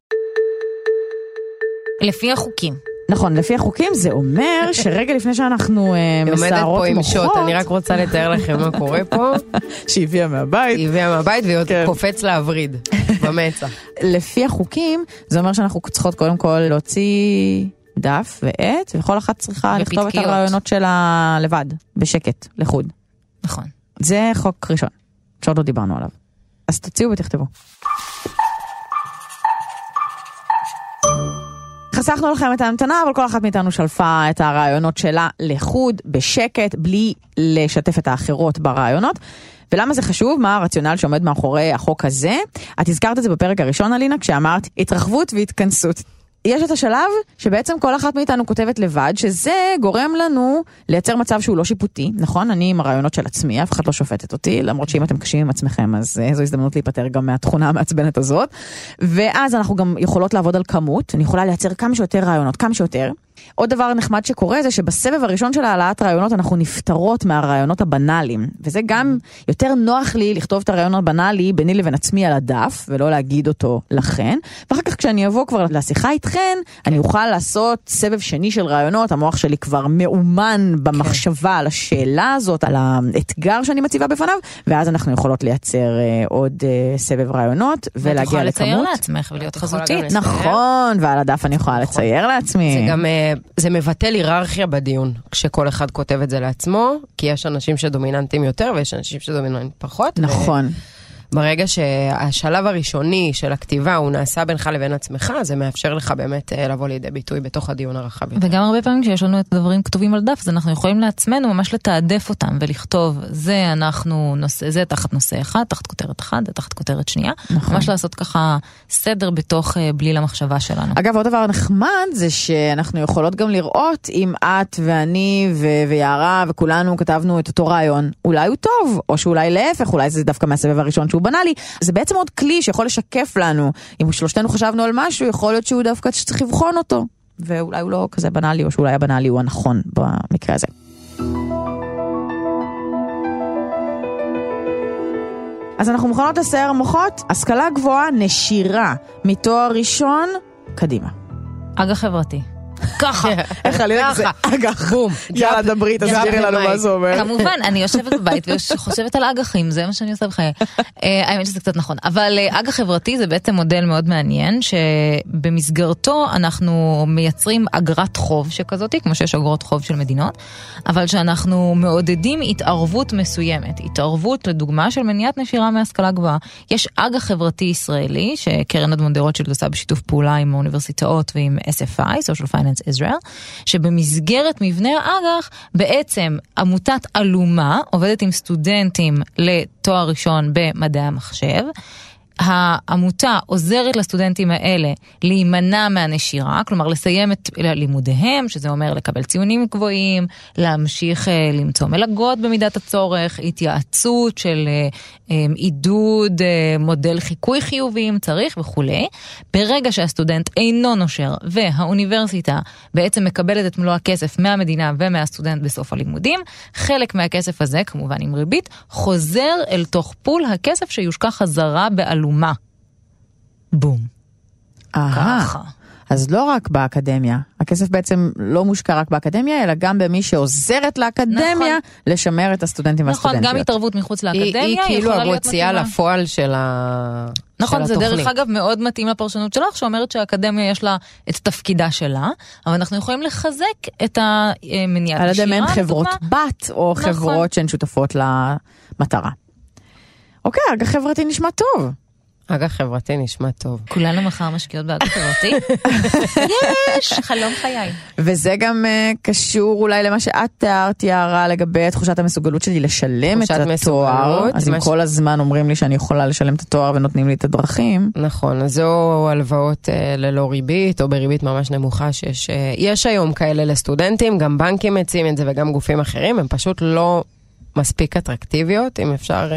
לפי החוקים. נכון, לפי החוקים זה אומר שרגע לפני שאנחנו מסערות מוחות... אני רק רוצה לתאר לכם מה קורה פה. שהיא הביאה מהבית. היא הביאה מהבית והיא עוד קופץ להבריד במצע. לפי החוקים זה אומר שאנחנו צריכות קודם כל להוציא דף ועט, וכל אחת צריכה לכתוב את הרעיונות שלה לבד, בשקט, לחוד. נכון. זה חוק ראשון, שעוד לא דיברנו עליו. אז תוציאו ותכתבו. חסכנו לכם את ההמתנה, אבל כל אחת מאיתנו שלפה את הרעיונות שלה לחוד, בשקט, בלי לשתף את האחרות ברעיונות. ולמה זה חשוב? מה הרציונל שעומד מאחורי החוק הזה? את הזכרת את זה בפרק הראשון, אלינה, כשאמרת התרחבות והתכנסות. יש את השלב שבעצם כל אחת מאיתנו כותבת לבד, שזה גורם לנו לייצר מצב שהוא לא שיפוטי, נכון? אני עם הרעיונות של עצמי, אף אחד לא שופטת אותי, למרות שאם אתם קשים עם עצמכם, אז זו הזדמנות להיפטר גם מהתכונה המעצבנת הזאת. ואז אנחנו גם יכולות לעבוד על כמות, אני יכולה לייצר כמה שיותר רעיונות, כמה שיותר. עוד דבר נחמד שקורה זה שבסבב הראשון של העלאת רעיונות אנחנו נפטרות מהרעיונות הבנאליים, וזה גם יותר נוח לי לכתוב את הרעיון הבנאלי ביני לבין עצמי על הדף, ולא להגיד אותו לכן, ואחר כך כשאני אבוא כבר לשיחה איתכן, אני אוכל לעשות סבב שני של רעיונות, המוח שלי כבר מאומן במחשבה על השאלה הזאת, על האתגר שאני מציבה בפניו, ואז אנחנו יכולות לייצר עוד סבב רעיונות, ולהגיע לכמות. ואת יכולה לצייר לעצמך ולהיות חזותית. נכון, ועל הדף אני יכולה לצייר לעצמי. זה גם זה מבטל היררכיה בדיון, כשכל אחד כותב את זה לעצמו, כי יש אנשים שדומיננטים יותר, ויש אנשים שדומיננטים פחות. נכון. ברגע שהשלב הראשוני של הכתיבה הוא נעשה בינך לבין עצמך, זה מאפשר לך באמת לבוא לידי ביטוי בתוך הדיון הרחב. וגם הרבה פעמים כשיש לנו את הדברים כתובים על דף, אז אנחנו יכולים לעצמנו ממש לתעדף אותם ולכתוב, זה תחת נושא אחד, תחת כותרת אחד, זה תחת כותרת שנייה. ממש לעשות ככה סדר בתוך בליל המחשבה שלנו. אגב, עוד דבר נחמד זה שאנחנו יכולות גם לראות אם את ואני ויערה וכולנו כתבנו את אותו רעיון. אולי הוא טוב, או שאולי להפך, אולי זה דווקא מהסבב הראשון שהוא בנאלי. זה בעצם עוד כלי שיכול לשקף לנו. אם שלושתנו חשבנו על משהו, יכול להיות שהוא דווקא שצריך לבחון אותו. ואולי הוא לא כזה בנאלי, או שאולי הבנאלי הוא הנכון במקרה הזה. אז אנחנו מוכנות לסייר מוחות, השכלה גבוהה, נשירה, מתואר ראשון, קדימה. אג"ח חברתי. ככה. איך עלילה כזה, אגח. בום. יאללה, דברי, תסבירי לנו מה זה אומר. כמובן, אני יושבת בבית וחושבת על אגחים, זה מה שאני עושה בחיי. האמת שזה קצת נכון. אבל אגח חברתי זה בעצם מודל מאוד מעניין, שבמסגרתו אנחנו מייצרים אגרת חוב שכזאת, כמו שיש אגרות חוב של מדינות, אבל שאנחנו מעודדים התערבות מסוימת. התערבות, לדוגמה, של מניעת נשירה מהשכלה גבוהה. יש אגח חברתי ישראלי, שקרן אדמונד דה רוטשילד עושה בשיתוף פעולה עם האוניברסיטאות ועם SFI, Social Finance Israel, שבמסגרת מבנה האגח, בעצם עמותת אלומה עובדת עם סטודנטים לתואר ראשון במדעי המחשב, העמותה עוזרת לסטודנטים האלה להימנע מהנשירה, כלומר לסיים את לימודיהם, שזה אומר לקבל ציונים גבוהים, להמשיך למצוא מלגות במידת הצורך, התייעצות של עידוד, מודל חיקוי חיובי אם צריך וכו'. ברגע שהסטודנט אינו נושר והאוניברסיטה בעצם מקבלת את מלוא הכסף מהמדינה ומהסטודנט בסוף הלימודים, חלק מהכסף הזה, כמובן עם ריבית, חוזר אל תוך פול הכסף שיושקע חזרה בעלומה. בום. ככה. אז לא רק באקדמיה, הכסף בעצם לא מושקע רק באקדמיה, אלא גם במי שעוזרת לאקדמיה לשמר את הסטודנטים והסטודנטיות. נכון, גם התערבות מחוץ לאקדמיה היא כאילו המוציאה לפועל של התוכנית. נכון, זה דרך אגב מאוד מתאים לפרשנות שלך, שאומרת שהאקדמיה יש לה את תפקידה שלה, אבל אנחנו יכולים לחזק את המניעת על נשירה. ידי מעין חברות בת, או חברות שהן שותפות למטרה. אוקיי, אגח חברתי נשמע טוב. אגח חברתי נשמע טוב. כולנו מחר משקיעות באגח חברתי. יש, חלום חיי. וזה גם קשור אולי למה שאת תיארת, יערה, לגבי תחושת המסוגלות שלי לשלם את התואר. אז אם כל הזמן אומרים לי שאני יכולה לשלם את התואר ונותנים לי את הדרכים. נכון, אז זו הלוואות ללא ריבית, או בריבית ממש נמוכה, שיש היום כאלה לסטודנטים, גם בנקים מציעים את זה וגם גופים אחרים, הם פשוט לא מספיק אטרקטיביות, אם אפשר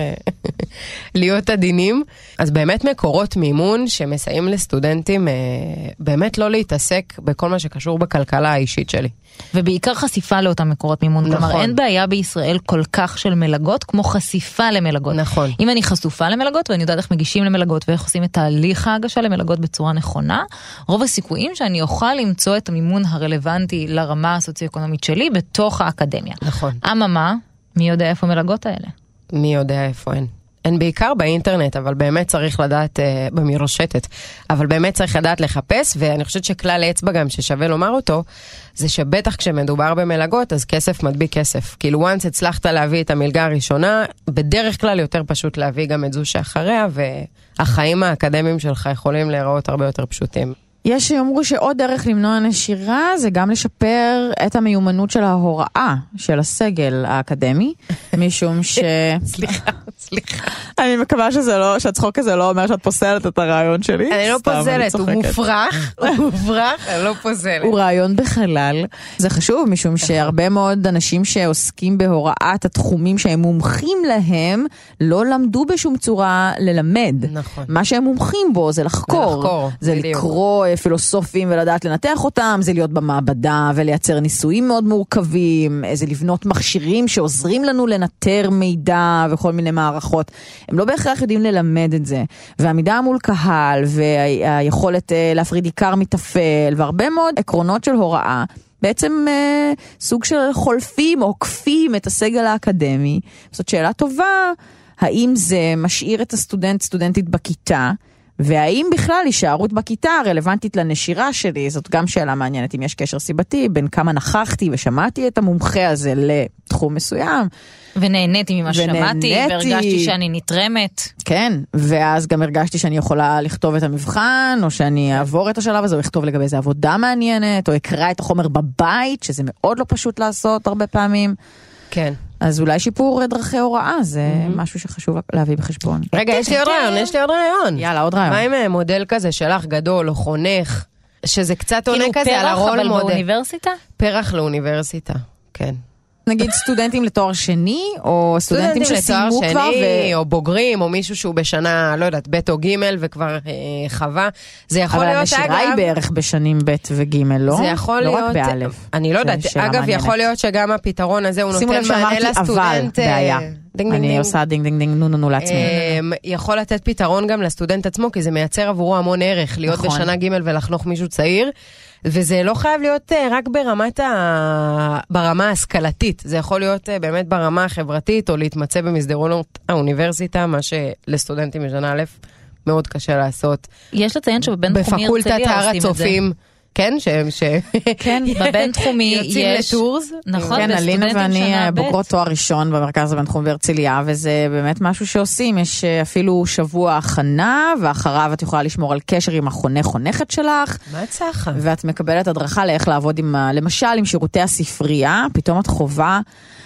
להיות עדינים. אז באמת מקורות מימון שמסייעים לסטודנטים באמת לא להתעסק בכל מה שקשור בכלכלה האישית שלי. ובעיקר חשיפה לאותם מקורות מימון. נכון. כלומר, אין בעיה בישראל כל כך של מלגות, כמו חשיפה למלגות. נכון. אם אני חשופה למלגות, ואני יודעת איך מגישים למלגות, ואיך עושים את תהליך ההגשה למלגות בצורה נכונה, רוב הסיכויים שאני אוכל למצוא את המימון הרלוונטי לרמה הסוציו-אקונומית שלי, בתוך האקדמיה. נכון. אממה, מי יודע איפה מלגות האלה? מי יודע איפה הן? הן בעיקר באינטרנט, אבל באמת צריך לדעת, במרשתת, אבל באמת צריך לדעת לחפש, ואני חושבת שכלל אצבע גם ששווה לומר אותו, זה שבטח כשמדובר במלגות, אז כסף מדביק כסף. כאילו, once הצלחת להביא את המלגה הראשונה, בדרך כלל יותר פשוט להביא גם את זו שאחריה, והחיים האקדמיים שלך יכולים להיראות הרבה יותר פשוטים. יש שיאמרו שעוד דרך למנוע נשירה זה גם לשפר את המיומנות של ההוראה של הסגל האקדמי, משום ש... סליחה. אני מקווה שהצחוק הזה לא אומר שאת פוסלת את הרעיון שלי. אני לא פוזלת, הוא מופרך, אני לא פוזלת. הוא רעיון בחלל. זה חשוב, משום שהרבה מאוד אנשים שעוסקים בהוראת התחומים שהם מומחים להם, לא למדו בשום צורה ללמד. נכון. מה שהם מומחים בו זה לחקור. זה לקרוא פילוסופים ולדעת לנתח אותם, זה להיות במעבדה ולייצר ניסויים מאוד מורכבים, זה לבנות מכשירים שעוזרים לנו לנטר מידע וכל מיני מערכות. הם לא בהכרח יודעים ללמד את זה. והמידע מול קהל והיכולת להפריד עיקר מטפל והרבה מאוד עקרונות של הוראה, בעצם סוג של חולפים או עוקפים את הסגל האקדמי. זאת שאלה טובה, האם זה משאיר את סטודנטית בכיתה, והאם בכלל הישארות בכיתה רלוונטית לנשירה שלי? זאת גם שאלה מעניינת, אם יש קשר סיבתי בין כמה נכחתי ושמעתי את המומחה הזה לתחום מסוים. ונהניתי ממה ששמעתי, והרגשתי שאני נתרמת. כן, ואז גם הרגשתי שאני יכולה לכתוב את המבחן, או שאני אעבור את השלב הזה, או לכתוב לגבי איזה עבודה מעניינת, או אקרא את החומר בבית, שזה מאוד לא פשוט לעשות הרבה פעמים. כן. אז אולי שיפור דרכי הוראה, זה משהו שחשוב להביא בחשבון. רגע, יש לי עוד רעיון. יאללה, עוד רעיון. מה עם מודל כזה שלך גדול או חונך, שזה קצת עונה כזה על הרול מודל. כאילו פרח אבל באוניברסיטה? פרח לאוניברסיטה, כן. נגיד סטודנטים לתואר שני, או סטודנטים שסיימו כבר, לתואר שני, או בוגרים, או מישהו שהוא בשנה, לא יודעת, ב' או ג' וכבר חווה. זה יכול להיות, אגב... אבל הנשירה היא בערך בשנים ב' וג', לא? זה יכול להיות... לא רק באלף. אני לא יודעת, אגב, יכול להיות שגם הפתרון הזה, הוא נותן מענה לסטודנט... בעיה. אני עושה דינג דינג דינג נו לעצמי. יכול לתת פתרון גם לסטודנט עצמו, כי זה מייצר עבורו המון ערך, להיות בשנה ג' ולחנוך מישהו צעיר, וזה לא חייב להיות רק ברמה ההשכלתית, זה יכול להיות באמת ברמה החברתית, או להתמצא במסדרונות האוניברסיטה, מה שלסטודנטים בשנה א' מאוד קשה לעשות. יש לציין שבבין תחומי בפקולטת הר הצופים, כן, כן, בבין תחומי יוצאים לטורס. נכון, כן, אלינה ואני בוגרות תואר ראשון במרכז הבין תחומי בהרצליה, וזה באמת משהו שעושים, יש אפילו שבוע הכנה, ואחריו את יכולה לשמור על קשר עם החונכת שלך. מה צחה? ואת מקבלת הדרכה לאיך לעבוד למשל עם שירותי הספרייה, פתאום את חובה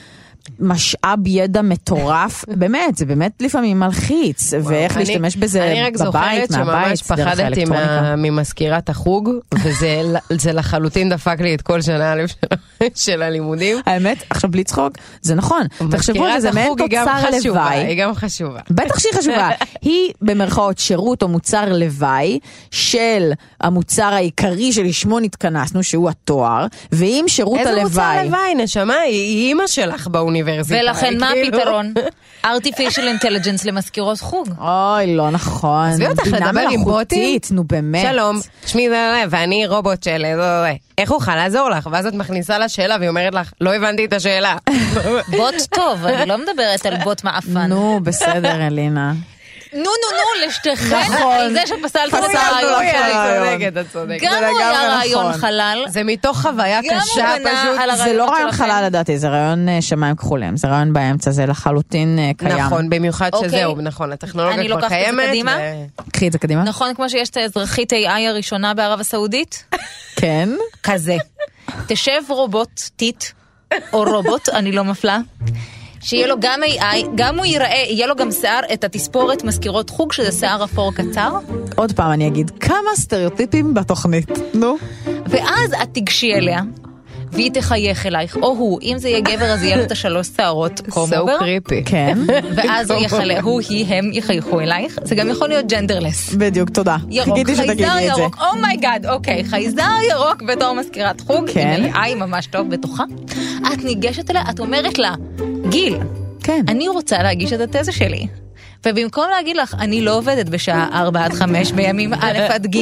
משאב ידע מטורף, באמת, זה באמת לפעמים מלחיץ, ואיך להשתמש בזה בבית, מהבית, דרך האלקטרוניקה. אני רק זוכרת שממש פחדתי ממזכירת החוג, וזה לחלוטין דפק לי את כל שנה א' של הלימודים. האמת, עכשיו בלי צחוק, זה נכון. תחשבו שזה מעין תוצר לוואי. היא גם חשובה. בטח שהיא חשובה. היא במרכאות שירות או מוצר לוואי של המוצר העיקרי שלשמו נתכנסנו, שהוא התואר, ואם שירות הלוואי... איזה מוצר לוואי, נשמה? היא אימא שלך באוניברסיטה. ולכן מה הפתרון? artificial intelligence למזכירות חוג. אוי, לא נכון. עזבי אותך לדבר עם בוטים. נו באמת. שלום, שמי זה, ואני רובוט של... איך אוכל לעזור לך? ואז את מכניסה לה שאלה והיא אומרת לך, לא הבנתי את השאלה. בוט טוב, אני לא מדברת על בוט מאפן. נו, בסדר, אלינה. נו, לשתכן, על זה שפסלת את הרעיון שלי. את צודקת. גם הוא היה רעיון חלל. זה מתוך חוויה קשה פשוט. זה לא רעיון חלל לדעתי, זה רעיון שמיים כחולים, זה רעיון באמצע, זה לחלוטין קיים. נכון, במיוחד שזהו, נכון, הטכנולוגיה כבר קיימת. קחי את זה קדימה. נכון, כמו שיש את האזרחית AI הראשונה בערב הסעודית? כן. כזה. תשב רובוטית, או רובוט, אני לא מפלה. שיהיה לו גם AI, גם הוא ייראה, יהיה לו גם שיער, את התספורת מזכירות חוג, שזה שיער אפור קצר. עוד פעם אני אגיד, כמה סטריאוטיפים בתוכנית, נו. ואז את תגשי אליה, והיא תחייך אלייך, או הוא, אם זה יהיה גבר, אז יהיה לו את 3 שערות קומובר. So creepy. כן. ואז הוא, היא, הם יחייכו אלייך. זה גם יכול להיות ג'נדרלס. בדיוק, תודה. ירוק, חייזר ירוק, אומייגאד, אוקיי, חייזר ירוק בתור מזכירת חוג, כן. עם AI ממש טוב בתוכה. את ניגשת אליה, את אומרת לה, גיל, כן. אני רוצה להגיש את התזה שלי. ובמקום להגיד לך, אני לא עובדת בשעה 4-5 בימים א' עד ג'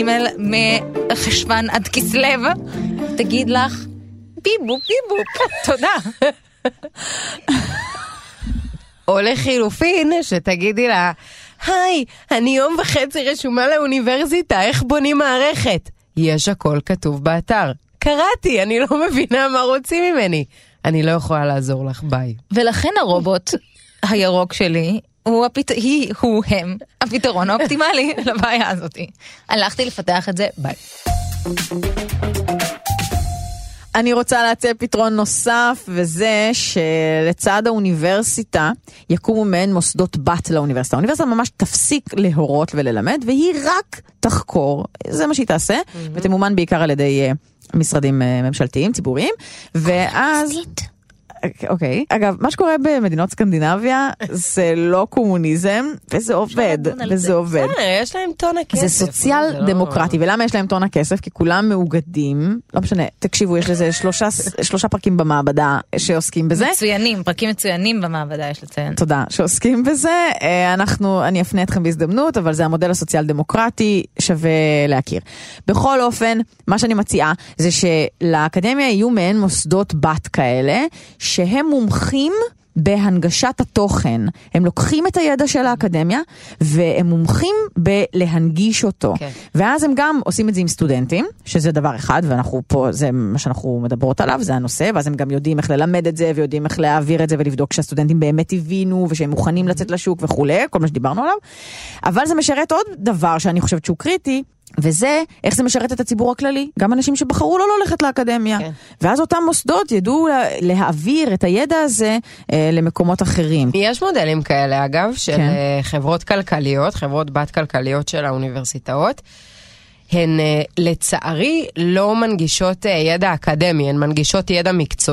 מחשבן עד כסלו, תגיד לך, ביבופ, תודה. או לחילופין, שתגידי לה, היי, אני יום וחצי רשומה לאוניברסיטה, איך בונים מערכת? יש הכל כתוב באתר. קראתי, אני לא מבינה מה רוצים ממני. אני לא יכולה לעזור לך, ביי. ולכן הרובוט הירוק שלי, הוא הם, הפתרון האופטימלי לבעיה הזאת. הלכתי לפתח את זה, ביי. אני רוצה להציע פתרון נוסף, וזה שלצד האוניברסיטה יקומו מעין מוסדות בת לאוניברסיטה. האוניברסיטה ממש תפסיק להורות וללמד, והיא רק תחקור. זה מה שהיא תעשה, ותמומן בעיקר על ידי משרדים ממשלתיים, ציבוריים, ואז... אוקיי. אגב, מה שקורה במדינות סקנדינביה זה לא קומוניזם, וזה עובד, וזה עובד. יש להם טון הכסף. זה סוציאל דמוקרטי, ולמה יש להם טון הכסף? כי כולם מאוגדים, לא משנה, תקשיבו, יש לזה 3 פרקים במעבדה שעוסקים בזה. מצוינים, פרקים מצוינים במעבדה יש לציין. תודה, שעוסקים בזה. אני אפנה אתכם בהזדמנות, אבל זה המודל הסוציאל דמוקרטי, שווה להכיר. בכל אופן, מה שאני מציעה, זה שלאקדמיה יהיו מעין מוסדות בת כאלה, שהם מומחים בהנגשת התוכן. הם לוקחים את הידע של האקדמיה, והם מומחים בלהנגיש אותו. Okay. ואז הם גם עושים את זה עם סטודנטים, שזה דבר אחד, ואנחנו פה, זה מה שאנחנו מדברות עליו, זה הנושא, ואז הם גם יודעים איך ללמד את זה, ויודעים איך להעביר את זה, ולבדוק שהסטודנטים באמת הבינו, ושהם מוכנים לצאת לשוק וכו', כל מה שדיברנו עליו. אבל זה משרת עוד דבר שאני חושבת שהוא קריטי, וזה, איך זה משרת את הציבור הכללי, גם אנשים שבחרו לא ללכת לאקדמיה. כן. ואז אותם מוסדות ידעו להעביר את הידע הזה למקומות אחרים. יש מודלים כאלה, אגב, של חברות כלכליות, חברות בת כלכליות של האוניברסיטאות. הן לצערי לא מנגישות ידע אקדמי, הן מנגישות ידע מקצועי.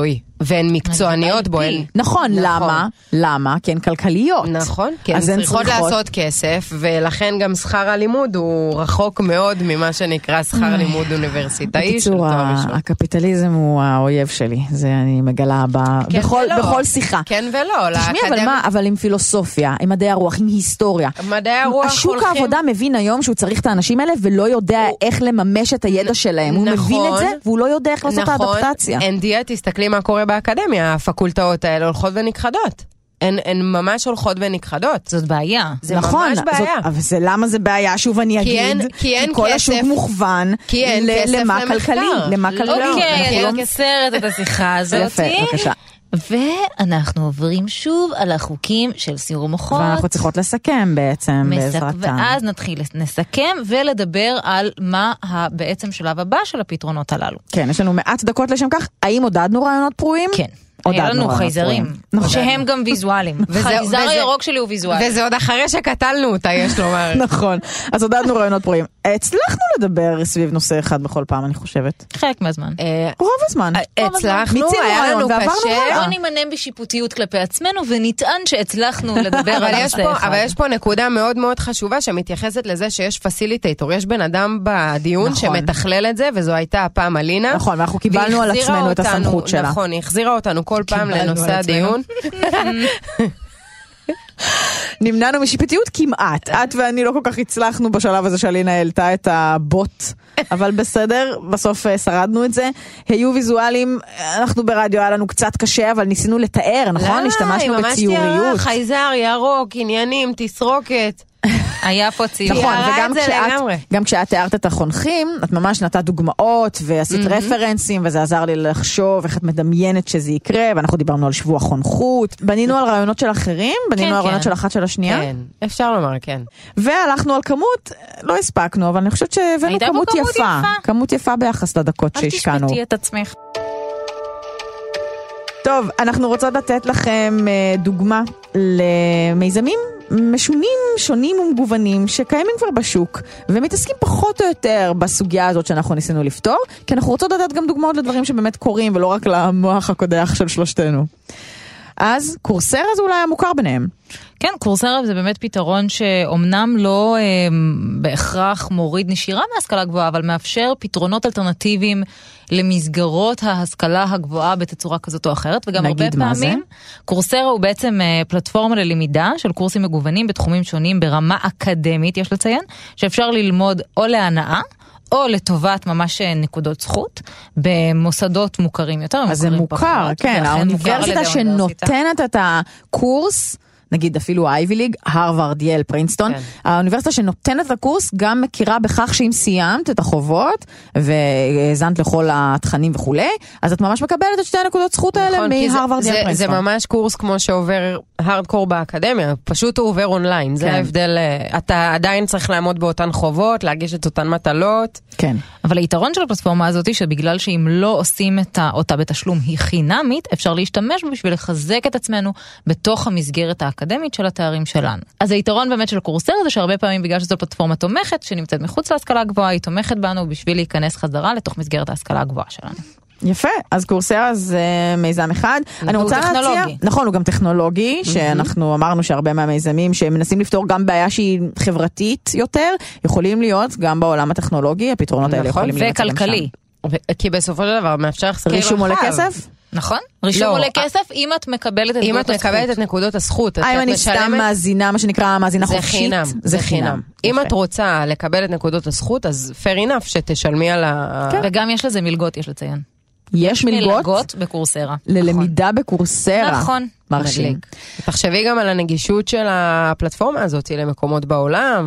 והן מקצועניות בו. נכון, למה? למה? כי הן כלכליות. נכון, כי הן צריכות לעשות כסף, ולכן גם שכר הלימוד הוא רחוק מאוד ממה שנקרא שכר לימוד אוניברסיטאי. בקיצור, הקפיטליזם הוא האויב שלי, זה אני מגלה בכל שיחה. כן ולא. תשמעי, אבל מה? אבל עם פילוסופיה, עם מדעי הרוח, עם היסטוריה. מדעי הרוח השוק העבודה מבין היום שהוא צריך את האנשים האלה, ולא יודע איך לממש את הידע שלהם. הוא מבין את זה, והוא לא יודע איך לעשות את האדפטציה. אין דיאט, תסתכלי מה קורה באקדמיה, הפקולטות האלה הולכות ונכחדות. הן ממש הולכות ונכחדות. זאת בעיה. זה ממש בעיה. אבל זה למה זה בעיה? שוב אני אגיד. כי אין כל השוק מוכוון למה כלכלי. אוקיי, אני אקצרת את השיחה הזאת. יפה, בבקשה. ואנחנו עוברים שוב על החוקים של סיעור מוחות. ואנחנו צריכות לסכם בעצם בעזרתם. ואז נסכם ולדבר על מה בעצם שלב הבא של הפתרונות הללו. כן, יש לנו מעט דקות לשם כך. האם עודדנו רעיונות פרועים? כן. היה לנו חייזרים, שהם גם ויזואלים. חייזר הירוק שלי הוא ויזואלי. וזה עוד אחרי שקטלנו אותה, יש לומר. נכון. אז עודדנו רעיונות פרועים. הצלחנו לדבר סביב נושא אחד בכל פעם, אני חושבת. חלק מהזמן. רוב הזמן. הצלחנו, היה לנו קשה. לא נמנם בשיפוטיות כלפי עצמנו, ונטען שהצלחנו לדבר על נושא אחד. אבל יש פה נקודה מאוד מאוד חשובה, שמתייחסת לזה שיש פסיליטייטור. יש בן אדם בדיון שמתכלל את זה, וזו הייתה הפעם אלינה. נכון, ואנחנו קיבלנו על עצמנו את הסמכות שלה. נכון, היא החזירה אותנו כל פעם לנושא הדיון. נמנענו משיפוטיות כמעט. את ואני לא כל כך הצלחנו בשלב הזה שאלינה העלתה את הבוט, אבל בסדר, בסוף שרדנו את זה. היו ויזואלים, אנחנו ברדיו היה לנו קצת קשה, אבל ניסינו לתאר, נכון? השתמשנו בציוריות. חייזר, ירוק, עניינים, תסרוקת. היה פה ציור. נכון, וגם כשאת תיארת את החונכים, את ממש נתת דוגמאות ועשית רפרנסים, וזה עזר לי לחשוב איך את מדמיינת שזה יקרה, ואנחנו דיברנו על שבוע חונכות, בנינו על רעיונות של אחרים, בנינו על רעיונות של אחת של השנייה. כן, אפשר לומר, כן. והלכנו על כמות, לא הספקנו, אבל אני חושבת שהבאנו כמות יפה. כמות יפה ביחס לדקות שהשקענו. אל תשפטי את עצמך. טוב, אנחנו רוצות לתת לכם דוגמה למיזמים משונים, שונים ומגוונים שקיימים כבר בשוק ומתעסקים פחות או יותר בסוגיה הזאת שאנחנו ניסינו לפתור, כי אנחנו רוצות לתת גם דוגמאות לדברים שבאמת קורים ולא רק למוח הקודח של שלושתנו. אז קורסרה זה אולי המוכר ביניהם. כן, קורסרה זה באמת פתרון שאומנם לא בהכרח מוריד נשירה מההשכלה גבוהה, אבל מאפשר פתרונות אלטרנטיביים למסגרות ההשכלה הגבוהה בתצורה כזאת או אחרת, וגם הרבה פעמים קורסרה הוא בעצם פלטפורמה ללמידה של קורסים מגוונים בתחומים שונים ברמה אקדמית, יש לציין, שאפשר ללמוד או להנאה, או לטובת ממש נקודות זכות, במוסדות מוכרים יותר. אז זה מוכר, כן, האוניברסיטה שנותנת את הקורס, נגיד אפילו אייבי ליג, הרווארד, יל, פרינסטון, האוניברסיטה שנותנת את הקורס גם מכירה בכך שאם סיימת את החובות והזנת לכל התכנים וכו', אז את ממש מקבלת את שתי הנקודות זכות האלה מהרווארד, יל, פרינסטון. זה ממש קורס כמו שעובר הארדקור באקדמיה, פשוט הוא עובר אונליין, זה ההבדל, אתה עדיין צריך לעמוד באותן חובות, להגיש את אותן מטלות. כן. אבל היתרון של הפלטפורמה הזאת היא שבגלל שאם לא עושים אותה בתשלום היא חינמית, אפשר להשתמש בשביל לחזק את עצמנו בתוך המסגרת האקדמית של התארים שלנו. אז היתרון באמת של קורסרה זה שהרבה פעמים בגלל שזו פלטפורמה תומכת שנמצאת מחוץ להשכלה הגבוהה, היא תומכת בנו בשביל להיכנס חזרה לתוך מסגרת ההשכלה הגבוהה שלנו. יפה, אז קורסרה זה מיזם אחד. אני רוצה להציע, נכון, הוא גם טכנולוגי, שאנחנו אמרנו שהרבה מהמיזמים שמנסים לפתור גם בעיה שהיא חברתית יותר, יכולים להיות גם בעולם הטכנולוגי, הפתרונות האלה יכולים להיות גם שם. וכלכלי. כי בסופו של דבר מאפשר סקייל רחב. רישום עולה כסף? נכון? רישום עולה כסף אם את מקבלת את נקודות הזכות. אם אני סתם מאזינה, מה שנקרא מאזינה חופשית, זה חינם. אם את רוצה לקבל את נקודות הזכות, אז fair enough שתשלמי על ה... וגם יש לזה מלגות, יש לציין. יש מלגות בקורסרה. ללמידה בקורסרה. נכון. מרשים. תחשבי גם על הנגישות של הפלטפורמה הזאת למקומות בעולם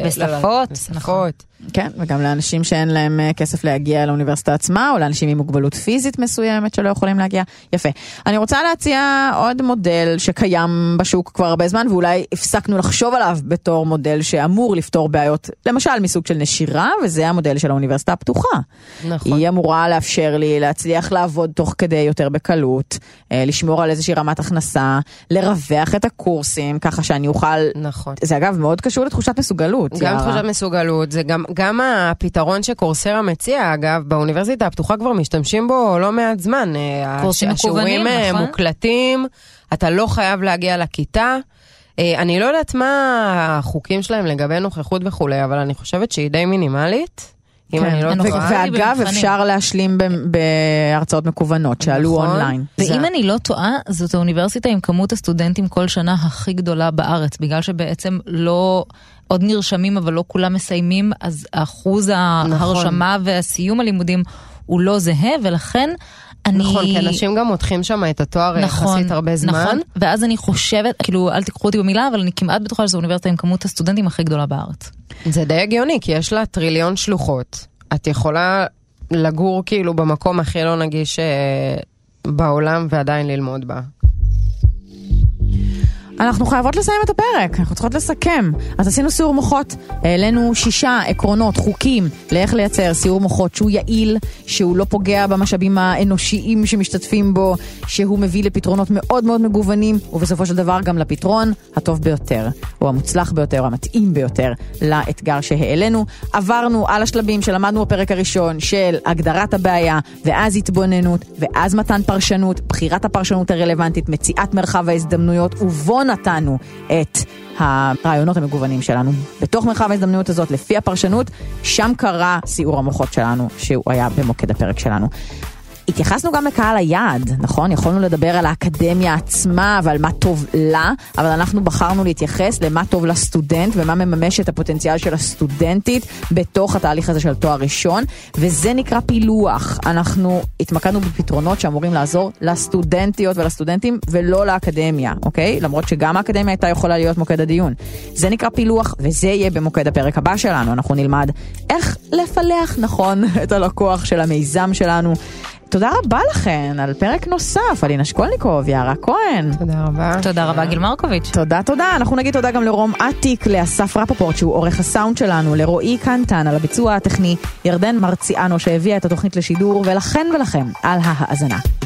ושפות. כן, וגם לאנשים שאין להם כסף להגיע לאוניברסיטה עצמה, או לאנשים עם מוגבלות פיזית מסוימת שלא יכולים להגיע. יפה. אני רוצה להציע עוד מודל שקיים בשוק כבר הרבה זמן, ואולי הפסקנו לחשוב עליו בתור מודל שאמור לפתור בעיות, למשל מסוג של נשירה, וזה המודל של האוניברסיטה הפתוחה. נכון. היא אמורה לאפשר לי להצליח לעבוד תוך כדי יותר בקלות, לשמור על איזושהי רמת הכנסה, לרווח את הקורסים, ככה שאני אוכל... נכון. זה אגב מאוד קשור לתחושת מסוגלות. גם תחושת מסוגלות, זה גם הפתרון שקורסרה מציע, אגב, באוניברסיטה הפתוחה כבר משתמשים בו לא מעט זמן. השיעורים מוקלטים, אתה לא חייב להגיע לכיתה. אני לא יודעת מה החוקים שלהם לגבי נוכחות וכולי, אבל אני חושבת שהיא די מינימלית. ואגב, אפשר להשלים בהרצאות מקוונות שעלו אונליין. ואם אני לא טועה, זאת האוניברסיטה עם כמות הסטודנטים כל שנה הכי גדולה בארץ, בגלל שבעצם לא עוד נרשמים, אבל לא כולם מסיימים, אז אחוז ההרשמה והסיום הלימודים הוא לא זהה, ולכן נכון, כי אנשים גם מותחים שם את התואר יחסית הרבה זמן. נכון, ואז אני חושבת, כאילו, אל תקחו אותי במילה, אבל אני כמעט בטוחה שזו אוניברסיטה עם כמות הסטודנטים הכי גדולה בארץ. זה די הגיוני, כי יש לה טריליון שלוחות. את יכולה לגור כאילו במקום הכי לא נגיש בעולם ועדיין ללמוד בה. אנחנו חייבות לסיים את הפרק, אנחנו צריכות לסכם. אז עשינו סיור מוחות, העלינו 6 עקרונות, חוקים, לאיך לייצר סיור מוחות שהוא יעיל, שהוא לא פוגע במשאבים האנושיים שמשתתפים בו, שהוא מביא לפתרונות מאוד מאוד מגוונים, ובסופו של דבר גם לפתרון הטוב ביותר, או המוצלח ביותר, או המתאים ביותר לאתגר שהעלינו. עברנו על השלבים שלמדנו בפרק הראשון של הגדרת הבעיה, ואז התבוננות, ואז מתן פרשנות, בחירת הפרשנות הרלוונטית, מציאת מרחב ההזדמנויות, ובו נתנו את הרעיונות המגוונים שלנו. בתוך מרחב ההזדמנויות הזאת, לפי הפרשנות, שם קרה סיעור המוחות שלנו, שהוא היה במוקד הפרק שלנו. התייחסנו גם לקהל היעד, נכון? יכולנו לדבר על האקדמיה עצמה ועל מה טוב לה, אבל אנחנו בחרנו להתייחס למה טוב לסטודנט ומה מממש את הפוטנציאל של הסטודנטית בתוך התהליך הזה של תואר ראשון, וזה נקרא פילוח. אנחנו התמקדנו בפתרונות שאמורים לעזור לסטודנטיות ולסטודנטים ולא לאקדמיה, אוקיי? למרות שגם האקדמיה הייתה יכולה להיות מוקד הדיון. זה נקרא פילוח וזה יהיה במוקד הפרק הבא שלנו. אנחנו נלמד איך לפלח נכון את הלקוח של המיזם שלנו. תודה רבה לכן על פרק נוסף, אלינה שקולניקוב, יערה כהן. תודה רבה. תודה רבה גיל מרקוביץ'. תודה. אנחנו נגיד תודה גם לרום עתיק, לאסף רפפורט שהוא עורך הסאונד שלנו, לרועי קנטן על הביצוע הטכני, ירדן מרציאנו שהביאה את התוכנית לשידור, ולכן ולכם על ההאזנה.